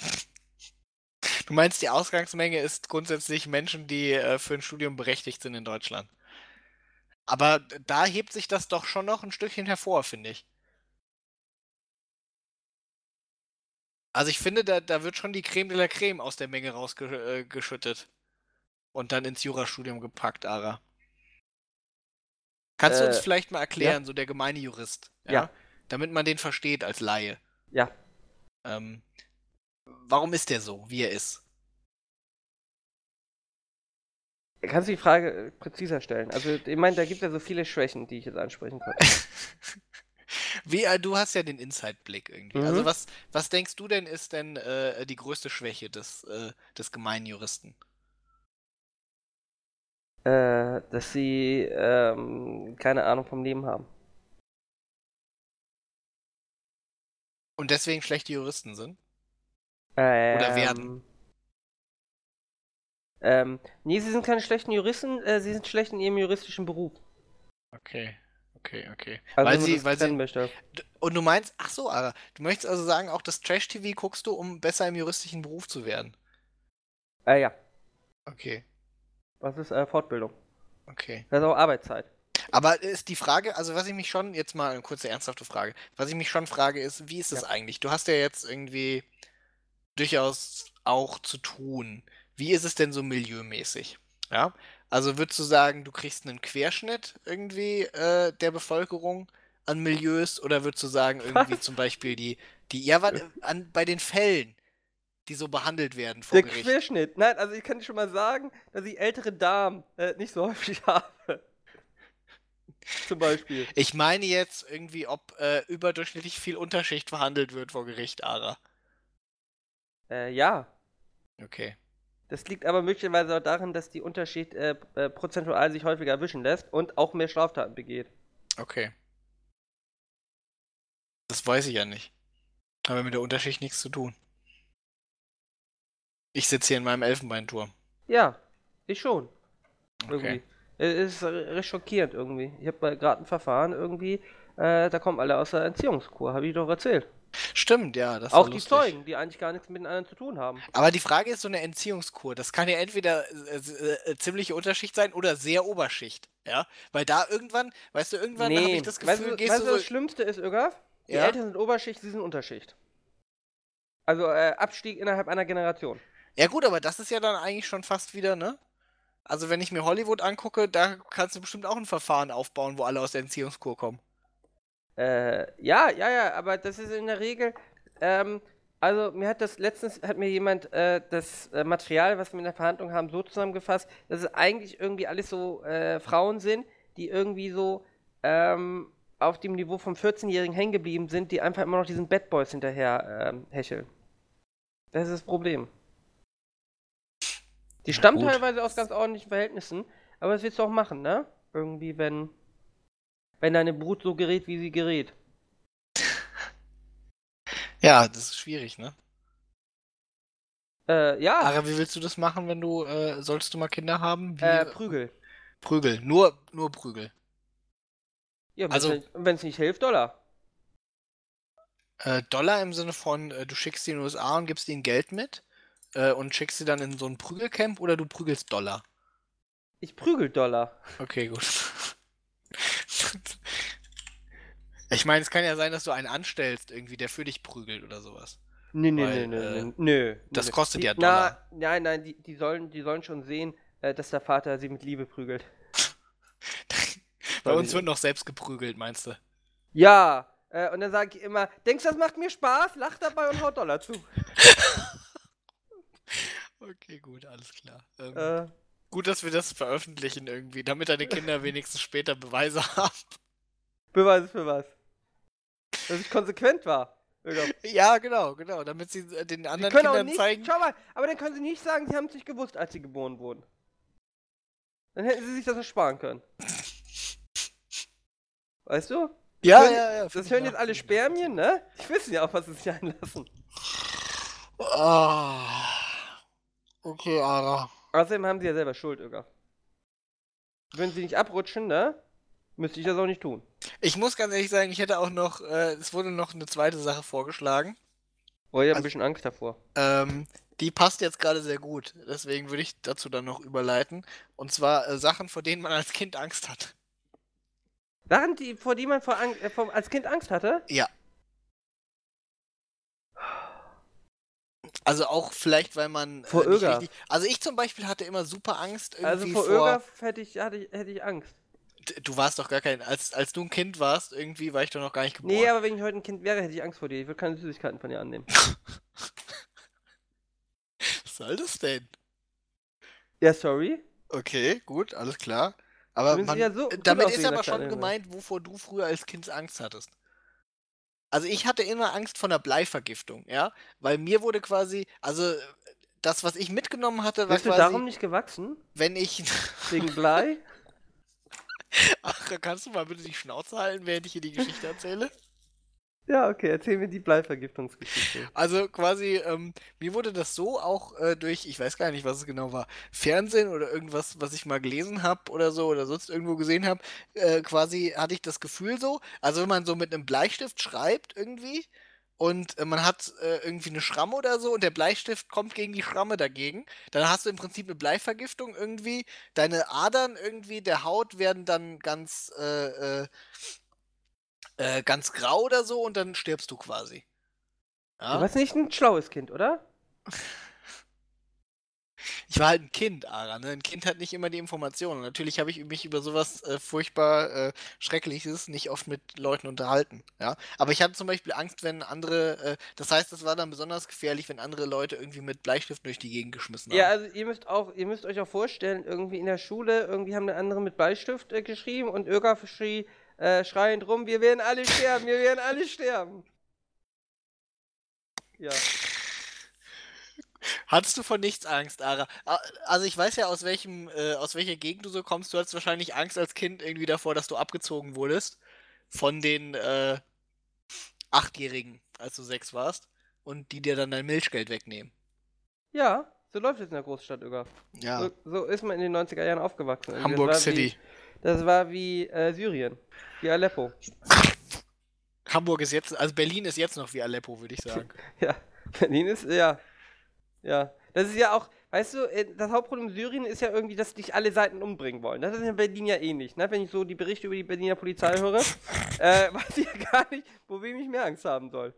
Du meinst, die Ausgangsmenge ist grundsätzlich Menschen, die äh, für ein Studium berechtigt sind in Deutschland. Aber da hebt sich das doch schon noch ein Stückchen hervor, finde ich. Also ich finde, da, da wird schon die Creme de la Creme aus der Menge rausgeschüttet. Und dann ins Jurastudium gepackt, Ara. Kannst du uns Äh, vielleicht mal erklären, so der gemeine Jurist, ja? Ja. Damit man den versteht als Laie. Ja. Ähm, warum ist der so, wie er ist? Kannst du die Frage äh, präziser stellen? Also, ich meine, da gibt es ja so viele Schwächen, die ich jetzt ansprechen kann. Wie, äh, du hast ja den Inside-Blick irgendwie. Also Mhm. was, was denkst du denn ist denn äh, die größte Schwäche des, äh, des gemeinen Juristen? Äh, dass sie ähm, keine Ahnung vom Leben haben. Und deswegen schlechte Juristen sind? Oder werden? Ähm, ähm, nee, sie sind keine schlechten Juristen, äh, sie sind schlecht in ihrem juristischen Beruf. Okay, okay, okay. Also, Weil wenn man sie, das weil trennen sie. möchte. D- Und du meinst, ach so, Ara, du möchtest also sagen, auch das Trash-T V guckst du, um besser im juristischen Beruf zu werden? Äh, ja, Okay, das ist äh, Fortbildung. okay. Das ist auch Arbeitszeit. Aber ist die Frage, also was ich mich schon, jetzt mal eine kurze ernsthafte Frage, was ich mich schon frage ist, wie ist es Ja. eigentlich? Du hast ja jetzt irgendwie durchaus auch zu tun. Wie ist es denn so milieumäßig? Ja? Also würdest du sagen, du kriegst einen Querschnitt irgendwie äh, der Bevölkerung an Milieus oder würdest du sagen, irgendwie Was? zum Beispiel die, die, ja, warte, an, bei den Fällen, die so behandelt werden vor Der Gericht? Querschnitt. Nein, also ich kann dir schon mal sagen, dass ich ältere Damen äh, nicht so häufig habe. Zum Beispiel. Ich meine jetzt irgendwie, ob äh, überdurchschnittlich viel Unterschicht verhandelt wird vor Gericht, Ara. Äh, ja. Okay. Das liegt aber möglicherweise auch daran, dass die Unterschied äh, äh, prozentual sich häufiger erwischen lässt und auch mehr Straftaten begeht. Okay. Das weiß ich ja nicht. Haben wir mit der Unterschicht nichts zu tun. Ich sitze hier in meinem Elfenbeinturm. Ja, ich schon. Okay. Irgendwie. Es ist recht schockierend irgendwie. Ich habe gerade ein Verfahren irgendwie, äh, da kommen alle aus der Entziehungskur, habe ich doch erzählt. Stimmt, ja, das Auch war die lustig. Zeugen, die eigentlich gar nichts miteinander zu tun haben. Aber die Frage ist, so eine Entziehungskur, das kann ja entweder äh, äh, äh, ziemliche Unterschicht sein oder sehr Oberschicht, ja? Weil da irgendwann, weißt du, irgendwann habe Nee, ich das weißt Gefühl, du, gehst weißt du du, so. das Schlimmste ist, Ögaf? Die Ja? Eltern sind Oberschicht, sie sind Unterschicht. Also äh, Abstieg innerhalb einer Generation. Ja gut, aber das ist ja dann eigentlich schon fast wieder, ne? Also wenn ich mir Hollywood angucke, da kannst du bestimmt auch ein Verfahren aufbauen, wo alle aus der Entziehungskur kommen. Äh, ja, ja, ja, aber das ist in der Regel, ähm, also mir hat das letztens, hat mir jemand äh, das äh, Material, was wir in der Verhandlung haben, so zusammengefasst, dass es eigentlich irgendwie alles so äh, Frauen sind, die irgendwie so ähm, auf dem Niveau vom vierzehnjährigen hängen geblieben sind, die einfach immer noch diesen Bad Boys hinterher ähm, hecheln. Das ist das Problem. Die Na stammen gut. teilweise aus ganz ordentlichen Verhältnissen, aber das willst du auch machen, ne? Irgendwie, wenn, wenn deine Brut so gerät, wie sie gerät. Ja, das ist schwierig, ne? Äh, ja, Aber wie willst du das machen, wenn du, äh, solltest du mal Kinder haben? Wie äh, Prügel. Prügel. Nur, nur Prügel. Ja, Also- wenn es nicht hilft, Dollar. Äh, Dollar im Sinne von, äh, du schickst die in die U S A und gibst ihnen Geld mit äh, und schickst sie dann in so ein Prügelcamp oder du prügelst Dollar? Ich prügel Dollar. Okay, gut. Ich meine, es kann ja sein, dass du einen anstellst, irgendwie, der für dich prügelt oder sowas. Nee, nee, Weil, nee, nee, äh, nee, nö. das nö. kostet die, ja Dollar. Na, nein, nein, die, die, sollen, die sollen schon sehen, äh, dass der Vater sie mit Liebe prügelt. Bei Soll uns die- wird noch selbst geprügelt, meinst du? Ja, äh, und dann sage ich immer, denkst du, das macht mir Spaß? Lach dabei und haut Dollar zu. Okay, gut, alles klar. Ähm, Äh, gut, dass wir das veröffentlichen irgendwie, damit deine Kinder wenigstens später Beweise haben. Beweise für was? Dass ich konsequent war. Irgendwann. Ja, genau, genau, damit sie äh, den Sie anderen können auch Kindern nicht, zeigen. schau mal, aber dann können sie nicht sagen, sie haben es nicht gewusst, als sie geboren wurden. Dann hätten sie sich das ersparen können. Weißt du? Ja, hören- ja, ja. Das find ich hören nach- jetzt alle find ich Spermien, ne? Die wissen ja auch, was sie sich einlassen. Ah. Okay, Ara. Außerdem haben sie ja selber Schuld, Öger. Wenn sie nicht abrutschen, ne? Müsste ich das auch nicht tun. Ich muss ganz ehrlich sagen, ich hätte auch noch, äh, es wurde noch eine zweite Sache vorgeschlagen. Oh, ich hab ein Also- bisschen Angst davor. Ähm, die passt jetzt gerade sehr gut. Deswegen würde ich dazu dann noch überleiten. Und zwar äh, Sachen, vor denen man als Kind Angst hat. Sachen, die, vor die man vor, Ang äh, vor, als Kind Angst hatte? Ja. Also auch vielleicht, weil man Vor äh, nicht Öger. richtig. Also ich zum Beispiel hatte immer super Angst irgendwie Also vor vor. Ögaf hätte ich, hatte ich, hätte ich Angst. D- Du warst doch gar kein. Als, als du ein Kind warst, irgendwie war ich doch noch gar nicht geboren. Nee, aber wenn ich heute ein Kind wäre, hätte ich Angst vor dir. Ich würde keine Süßigkeiten von dir annehmen. Was soll das denn? Ja, sorry. Okay, gut, alles klar. Aber Zumindest man, ja so äh, gut damit ist aussehender aber schon kleiner Junge. gemeint, wovor du früher als Kind Angst hattest. Also ich hatte immer Angst vor einer Bleivergiftung, ja? Weil mir wurde quasi, also äh, das, was ich mitgenommen hatte, war Bist du quasi, darum nicht gewachsen? wenn ich. Wegen Blei? Ach, kannst du mal bitte die Schnauze halten, während ich hier die Geschichte erzähle? Ja, okay, erzähl mir die Bleivergiftungsgeschichte. Also quasi, ähm, mir wurde das so auch äh, durch, ich weiß gar nicht, was es genau war, Fernsehen oder irgendwas, was ich mal gelesen habe oder so oder sonst irgendwo gesehen habe, äh, quasi hatte ich das Gefühl so, also wenn man so mit einem Bleistift schreibt irgendwie und äh, man hat äh, irgendwie eine Schramme oder so und der Bleistift kommt gegen die Schramme dagegen, dann hast du im Prinzip eine Bleivergiftung irgendwie, deine Adern irgendwie der Haut werden dann ganz, äh, äh, äh, ganz grau oder so und dann stirbst du quasi. Du Ja? warst nicht ein schlaues Kind, oder? Ich war halt ein Kind, Ara, ne? Ein Kind hat nicht immer die Informationen. Natürlich habe ich mich über sowas äh, furchtbar äh, Schreckliches nicht oft mit Leuten unterhalten, ja. Aber ich hatte zum Beispiel Angst, wenn andere, äh, das heißt, es war dann besonders gefährlich, wenn andere Leute irgendwie mit Bleistiften durch die Gegend geschmissen Ja, haben. also ihr müsst auch, ihr müsst euch auch vorstellen, irgendwie in der Schule, irgendwie haben eine andere mit Bleistift äh, geschrieben und Öger schrie äh, schreiend rum, wir werden alle sterben, wir werden alle sterben. Ja. Hattest du vor nichts Angst, Ara? A- Also ich weiß ja, aus welchem, äh, aus welcher Gegend du so kommst. Du hattest wahrscheinlich Angst als Kind irgendwie davor, dass du abgezogen wurdest von den äh, Achtjährigen, als du sechs warst, und die dir dann dein Milchgeld wegnehmen. Ja, so läuft es in der Großstadt, Öger. Ja, So, so ist man in den neunziger Jahren aufgewachsen. Irgendwie. Hamburg das war City. Wie, das war wie äh, Syrien, wie Aleppo. Hamburg ist jetzt, also Berlin ist jetzt noch wie Aleppo, würde ich sagen. Ja, Berlin ist, ja, ja. Das ist ja auch, weißt du, äh, das Hauptproblem Syrien ist ja irgendwie, dass dich alle Seiten umbringen wollen. Das ist in Berlin ja ähnlich, ne? Wenn ich so die Berichte über die Berliner Polizei höre, äh, weiß ich ja gar nicht, vor wem ich mehr Angst haben soll.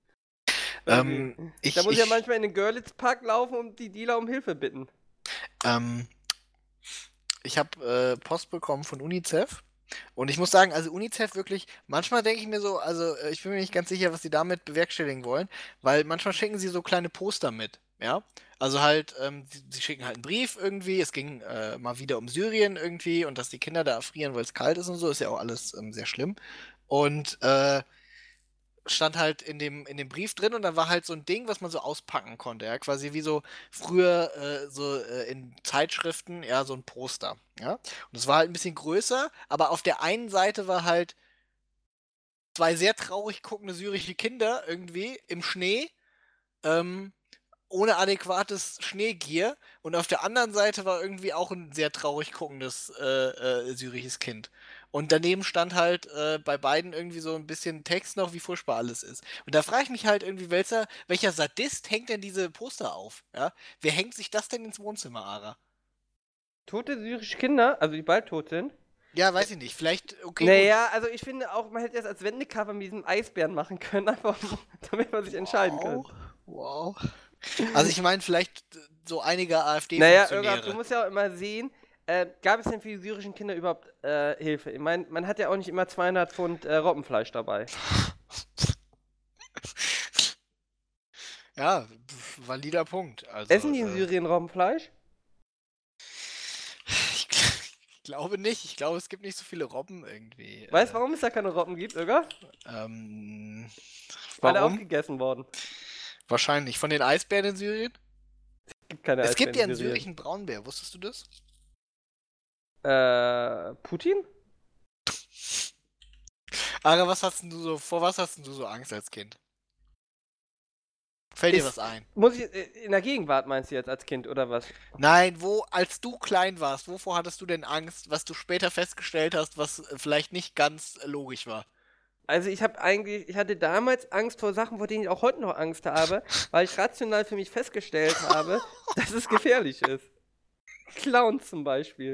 Ähm, Irgendwie. ich, Da muss ich ich, ja manchmal in den Görlitz-Park laufen und die Dealer um Hilfe bitten. ähm, ich habe äh, Post bekommen von UNICEF. Und ich muss sagen, also UNICEF wirklich, manchmal denke ich mir so, also äh, ich bin mir nicht ganz sicher, was sie damit bewerkstelligen wollen, weil manchmal schicken sie so kleine Poster mit, ja. Also halt, ähm, sie, sie schicken halt einen Brief irgendwie, es ging äh, mal wieder um Syrien irgendwie und dass die Kinder da erfrieren, weil es kalt ist und so, ist ja auch alles ähm, sehr schlimm. Und äh, stand halt in dem, in dem Brief drin und dann war halt so ein Ding, was man so auspacken konnte, ja, quasi wie so früher äh, so äh, in Zeitschriften, ja, so ein Poster, ja. Und es war halt ein bisschen größer, aber auf der einen Seite war halt zwei sehr traurig guckende syrische Kinder irgendwie im Schnee, ähm, ohne adäquates Schneegier und auf der anderen Seite war irgendwie auch ein sehr traurig guckendes äh, äh, syrisches Kind. Und daneben stand halt äh, bei beiden irgendwie so ein bisschen Text noch, wie furchtbar alles ist. Und da frage ich mich halt irgendwie, welcher, welcher Sadist hängt denn diese Poster auf? Ja? Wer hängt sich das denn ins Wohnzimmer, Ara? Tote syrische Kinder, also die bald tot sind. Ja, weiß ich nicht. Vielleicht, okay, Naja, also ich finde auch, man hätte das als Wendecover mit diesem Eisbären machen können, einfach damit man sich gut. entscheiden Wow. kann. Wow. Also ich meine, vielleicht äh, so einige Naja, AfD-Funktionäre. Irgab, du musst ja auch immer sehen, äh, gab es denn für die syrischen Kinder überhaupt äh, Hilfe? Ich meine, man hat ja auch nicht immer zweihundert Pfund äh, Robbenfleisch dabei. Ja, pf, valider Punkt. Also, Essen die in äh, Syrien Robbenfleisch? Ich, gl- ich glaube nicht. Ich glaube, es gibt nicht so viele Robben irgendwie. Weißt du, Äh, warum es da keine Robben gibt, Irgab? ähm, Alle warum? aufgegessen worden. Wahrscheinlich. Von den Eisbären in Syrien? Es gibt keine Es gibt ja Eisbären einen in Syrien. syrischen Braunbär. Wusstest du das? Äh, Putin? Ara, was hast denn du so, vor was hast denn du so Angst als Kind? Fällt dir Ist- was ein? Muss ich, äh, in der Gegenwart meinst du jetzt als Kind, oder was? Nein, wo, als du klein warst, wovor hattest du denn Angst, was du später festgestellt hast, was äh, vielleicht nicht ganz äh, logisch war? Also ich habe eigentlich, ich hatte damals Angst vor Sachen, vor denen ich auch heute noch Angst habe, weil ich rational für mich festgestellt habe, dass es gefährlich ist. Clowns zum Beispiel.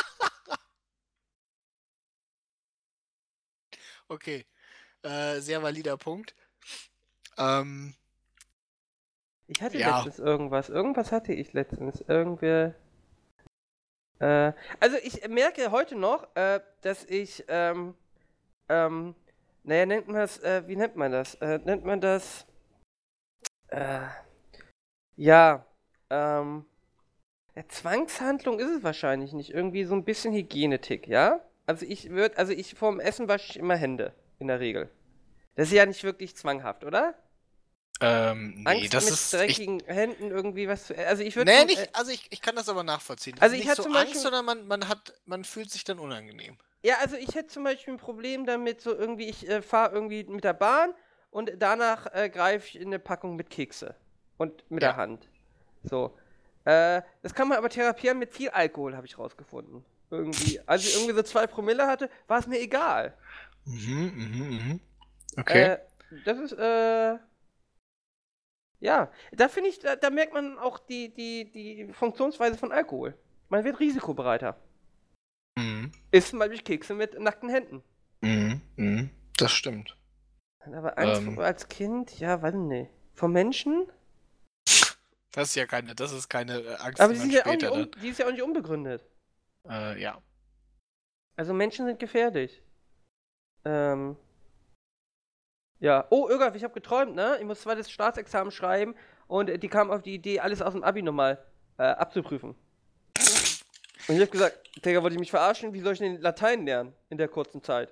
Okay, äh, sehr valider Punkt. Ähm, Ich hatte Ja. letztens irgendwas. Irgendwas hatte ich letztens. Irgendwer. Äh, also ich merke heute noch, äh, dass ich, ähm, ähm, naja, nennt man das, äh, wie nennt man das? Äh, nennt man das, äh, ja, ähm, Ja, Zwangshandlung ist es wahrscheinlich nicht. Irgendwie so ein bisschen Hygienetick, ja? Also ich würde, also ich vorm Essen wasche ich immer Hände, in der Regel. Das ist ja nicht wirklich zwanghaft, oder? Ähm, nee, Angst das mit ist. Ich, dreckigen Händen irgendwie was zu. Also ich würde. nee, zum- nicht. äh, Also ich, ich kann das aber nachvollziehen. Das Also ist ich nicht hatte so zum Angst, Beispiel- sondern man, man hat, man fühlt sich dann unangenehm. Ja, also ich hätte zum Beispiel ein Problem damit, so irgendwie, ich äh, fahre irgendwie mit der Bahn und danach äh, greife ich in eine Packung mit Kekse. Und mit Ja. der Hand. So. Äh, das kann man aber therapieren mit viel Alkohol, habe ich rausgefunden. Irgendwie. Als ich irgendwie so zwei Promille hatte, war es mir egal. Mhm, mhm, mhm. Okay. Äh, das ist, äh. Ja, da finde ich, da, da merkt man auch die, die, die Funktionsweise von Alkohol. Man wird risikobereiter. mhm. Isst zum Beispiel Kekse mit nackten Händen. Mhm, mhm. Das stimmt. Aber Angst Ähm. vor, als Kind, ja, wann nicht? Vor Menschen? Das ist ja keine, das ist keine äh, Angst, Aber die die, man sind ja auch nicht später un, die ist ja auch nicht unbegründet. dann. Äh, ja. Also Menschen sind gefährlich. Ähm. Ja. Oh, Irgaf, ich habe geträumt, ne? Ich muss zweites Staatsexamen schreiben und äh, die kam auf die Idee, alles aus dem Abi nochmal äh, abzuprüfen. Und ich habe gesagt, Digga, wollte ich mich verarschen? Wie soll ich denn Latein lernen in der kurzen Zeit?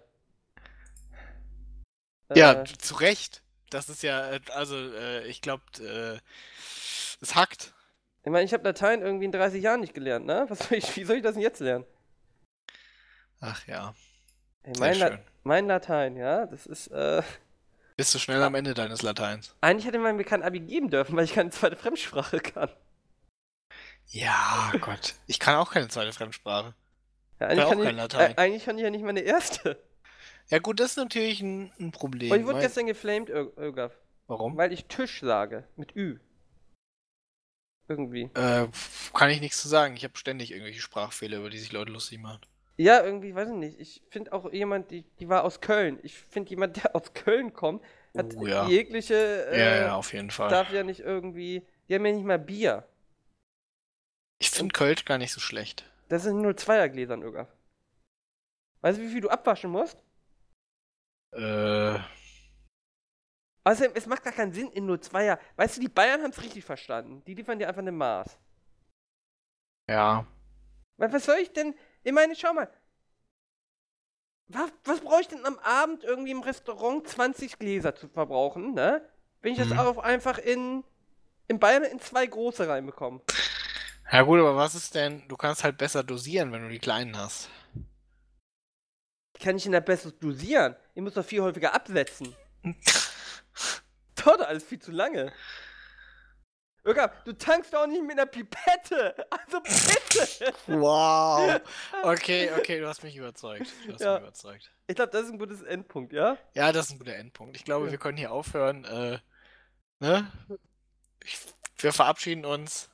Ja, Äh, zu Recht. Das ist ja, äh, also, äh, ich glaube, äh, es hackt. Ich meine, ich habe Latein irgendwie in dreißig Jahren nicht gelernt, ne? Was soll ich, wie soll ich das denn jetzt lernen? Ach ja. Ey, Sehr mein, La schön. mein Latein, ja, das ist, äh. Bist du schnell am Ende deines Lateins? Eigentlich hätte man mir kein Abi geben dürfen, weil ich keine zweite Fremdsprache kann. Ja, Gott. Ich kann auch keine zweite Fremdsprache. Ja, Ja, eigentlich, auch kann ich, kein Latein. Äh, eigentlich kann ich ja nicht meine erste. Ja gut, das ist natürlich ein, ein Problem. Und ich wurde weil- gestern geflamed, Ir- Irgaf, Warum? weil ich Tisch sage, mit Ü. Irgendwie. Äh, pf, kann ich nichts zu sagen. Ich habe ständig irgendwelche Sprachfehler, über die sich Leute lustig machen. Ja, irgendwie, weiß ich nicht. Ich finde auch jemand, die, die war aus Köln. Ich finde jemand, der aus Köln kommt, hat Oh, ja. jegliche, äh, Ja, ja, auf jeden Fall. darf ja nicht irgendwie, die haben ja nicht mal Bier. Ich finde Kölsch gar nicht so schlecht. Das sind nur Zweiergläsern, Irgaf. Weißt du, wie viel du abwaschen musst? Äh, Außerdem, es macht gar keinen Sinn in nur Zweier. Weißt du, die Bayern haben es richtig verstanden. Die liefern dir einfach eine Maß. ja. Weil was soll ich denn? Ich meine, schau mal. Was, was brauche ich denn am Abend irgendwie im Restaurant zwanzig Gläser zu verbrauchen, ne? Wenn ich das Mhm. auch einfach in, in Bayern in zwei große reinbekomme. Ja gut, aber was ist denn, du kannst halt besser dosieren, wenn du die kleinen hast. Kann ich denn da besser dosieren? Ich muss doch viel häufiger absetzen. Dauert alles viel zu lange. Irga, du tankst doch auch nicht mit einer Pipette. Also bitte. Wow. Okay, okay, du hast mich überzeugt. Du hast Ja. mich überzeugt. Ich glaube, das ist ein gutes Endpunkt, ja? Ja, das ist ein guter Endpunkt. Ich glaube, Ja. wir können hier aufhören. Äh, ne? Ich, wir verabschieden uns.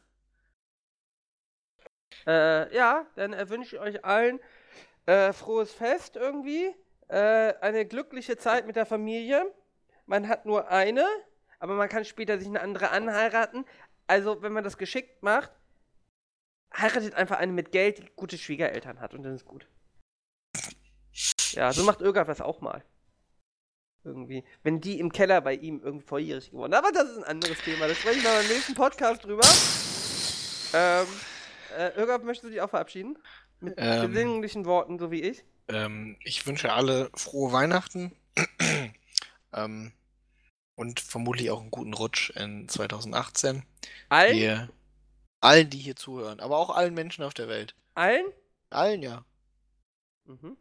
Äh, ja, dann äh, wünsche ich euch allen äh, frohes Fest irgendwie. Äh, eine glückliche Zeit mit der Familie. Man hat nur eine, aber man kann später sich eine andere anheiraten. Also, wenn man das geschickt macht, heiratet einfach eine mit Geld, die gute Schwiegereltern hat und dann ist gut. Ja, so macht Irga das auch mal. Irgendwie. Wenn die im Keller bei ihm irgendwie volljährig geworden. Aber das ist ein anderes Thema. Das spreche ich mal beim nächsten Podcast drüber. Ähm, äh, Irga, möchtest du dich auch verabschieden? Mit Ähm. besinnlichen Worten, so wie ich. Ähm, ich wünsche alle frohe Weihnachten. ähm, und vermutlich auch einen guten Rutsch in zweitausendachtzehn. Allen? Wir, allen, die hier zuhören, aber auch allen Menschen auf der Welt. Allen? Allen, ja. Mhm.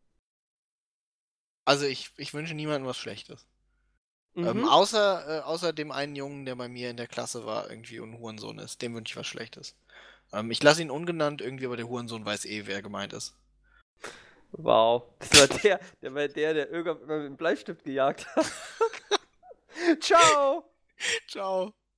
Also ich, ich wünsche niemandem was Schlechtes. Mhm. Ähm, außer, äh, außer dem einen Jungen, der bei mir in der Klasse war, irgendwie und ein Hurensohn ist. Dem wünsche ich was Schlechtes. Ähm, ich lasse ihn ungenannt irgendwie, aber der Hurensohn weiß eh, wer gemeint ist. Wow. Das war der, der war der, der Irga immer mit dem Bleistift gejagt hat. Ciao! Ciao.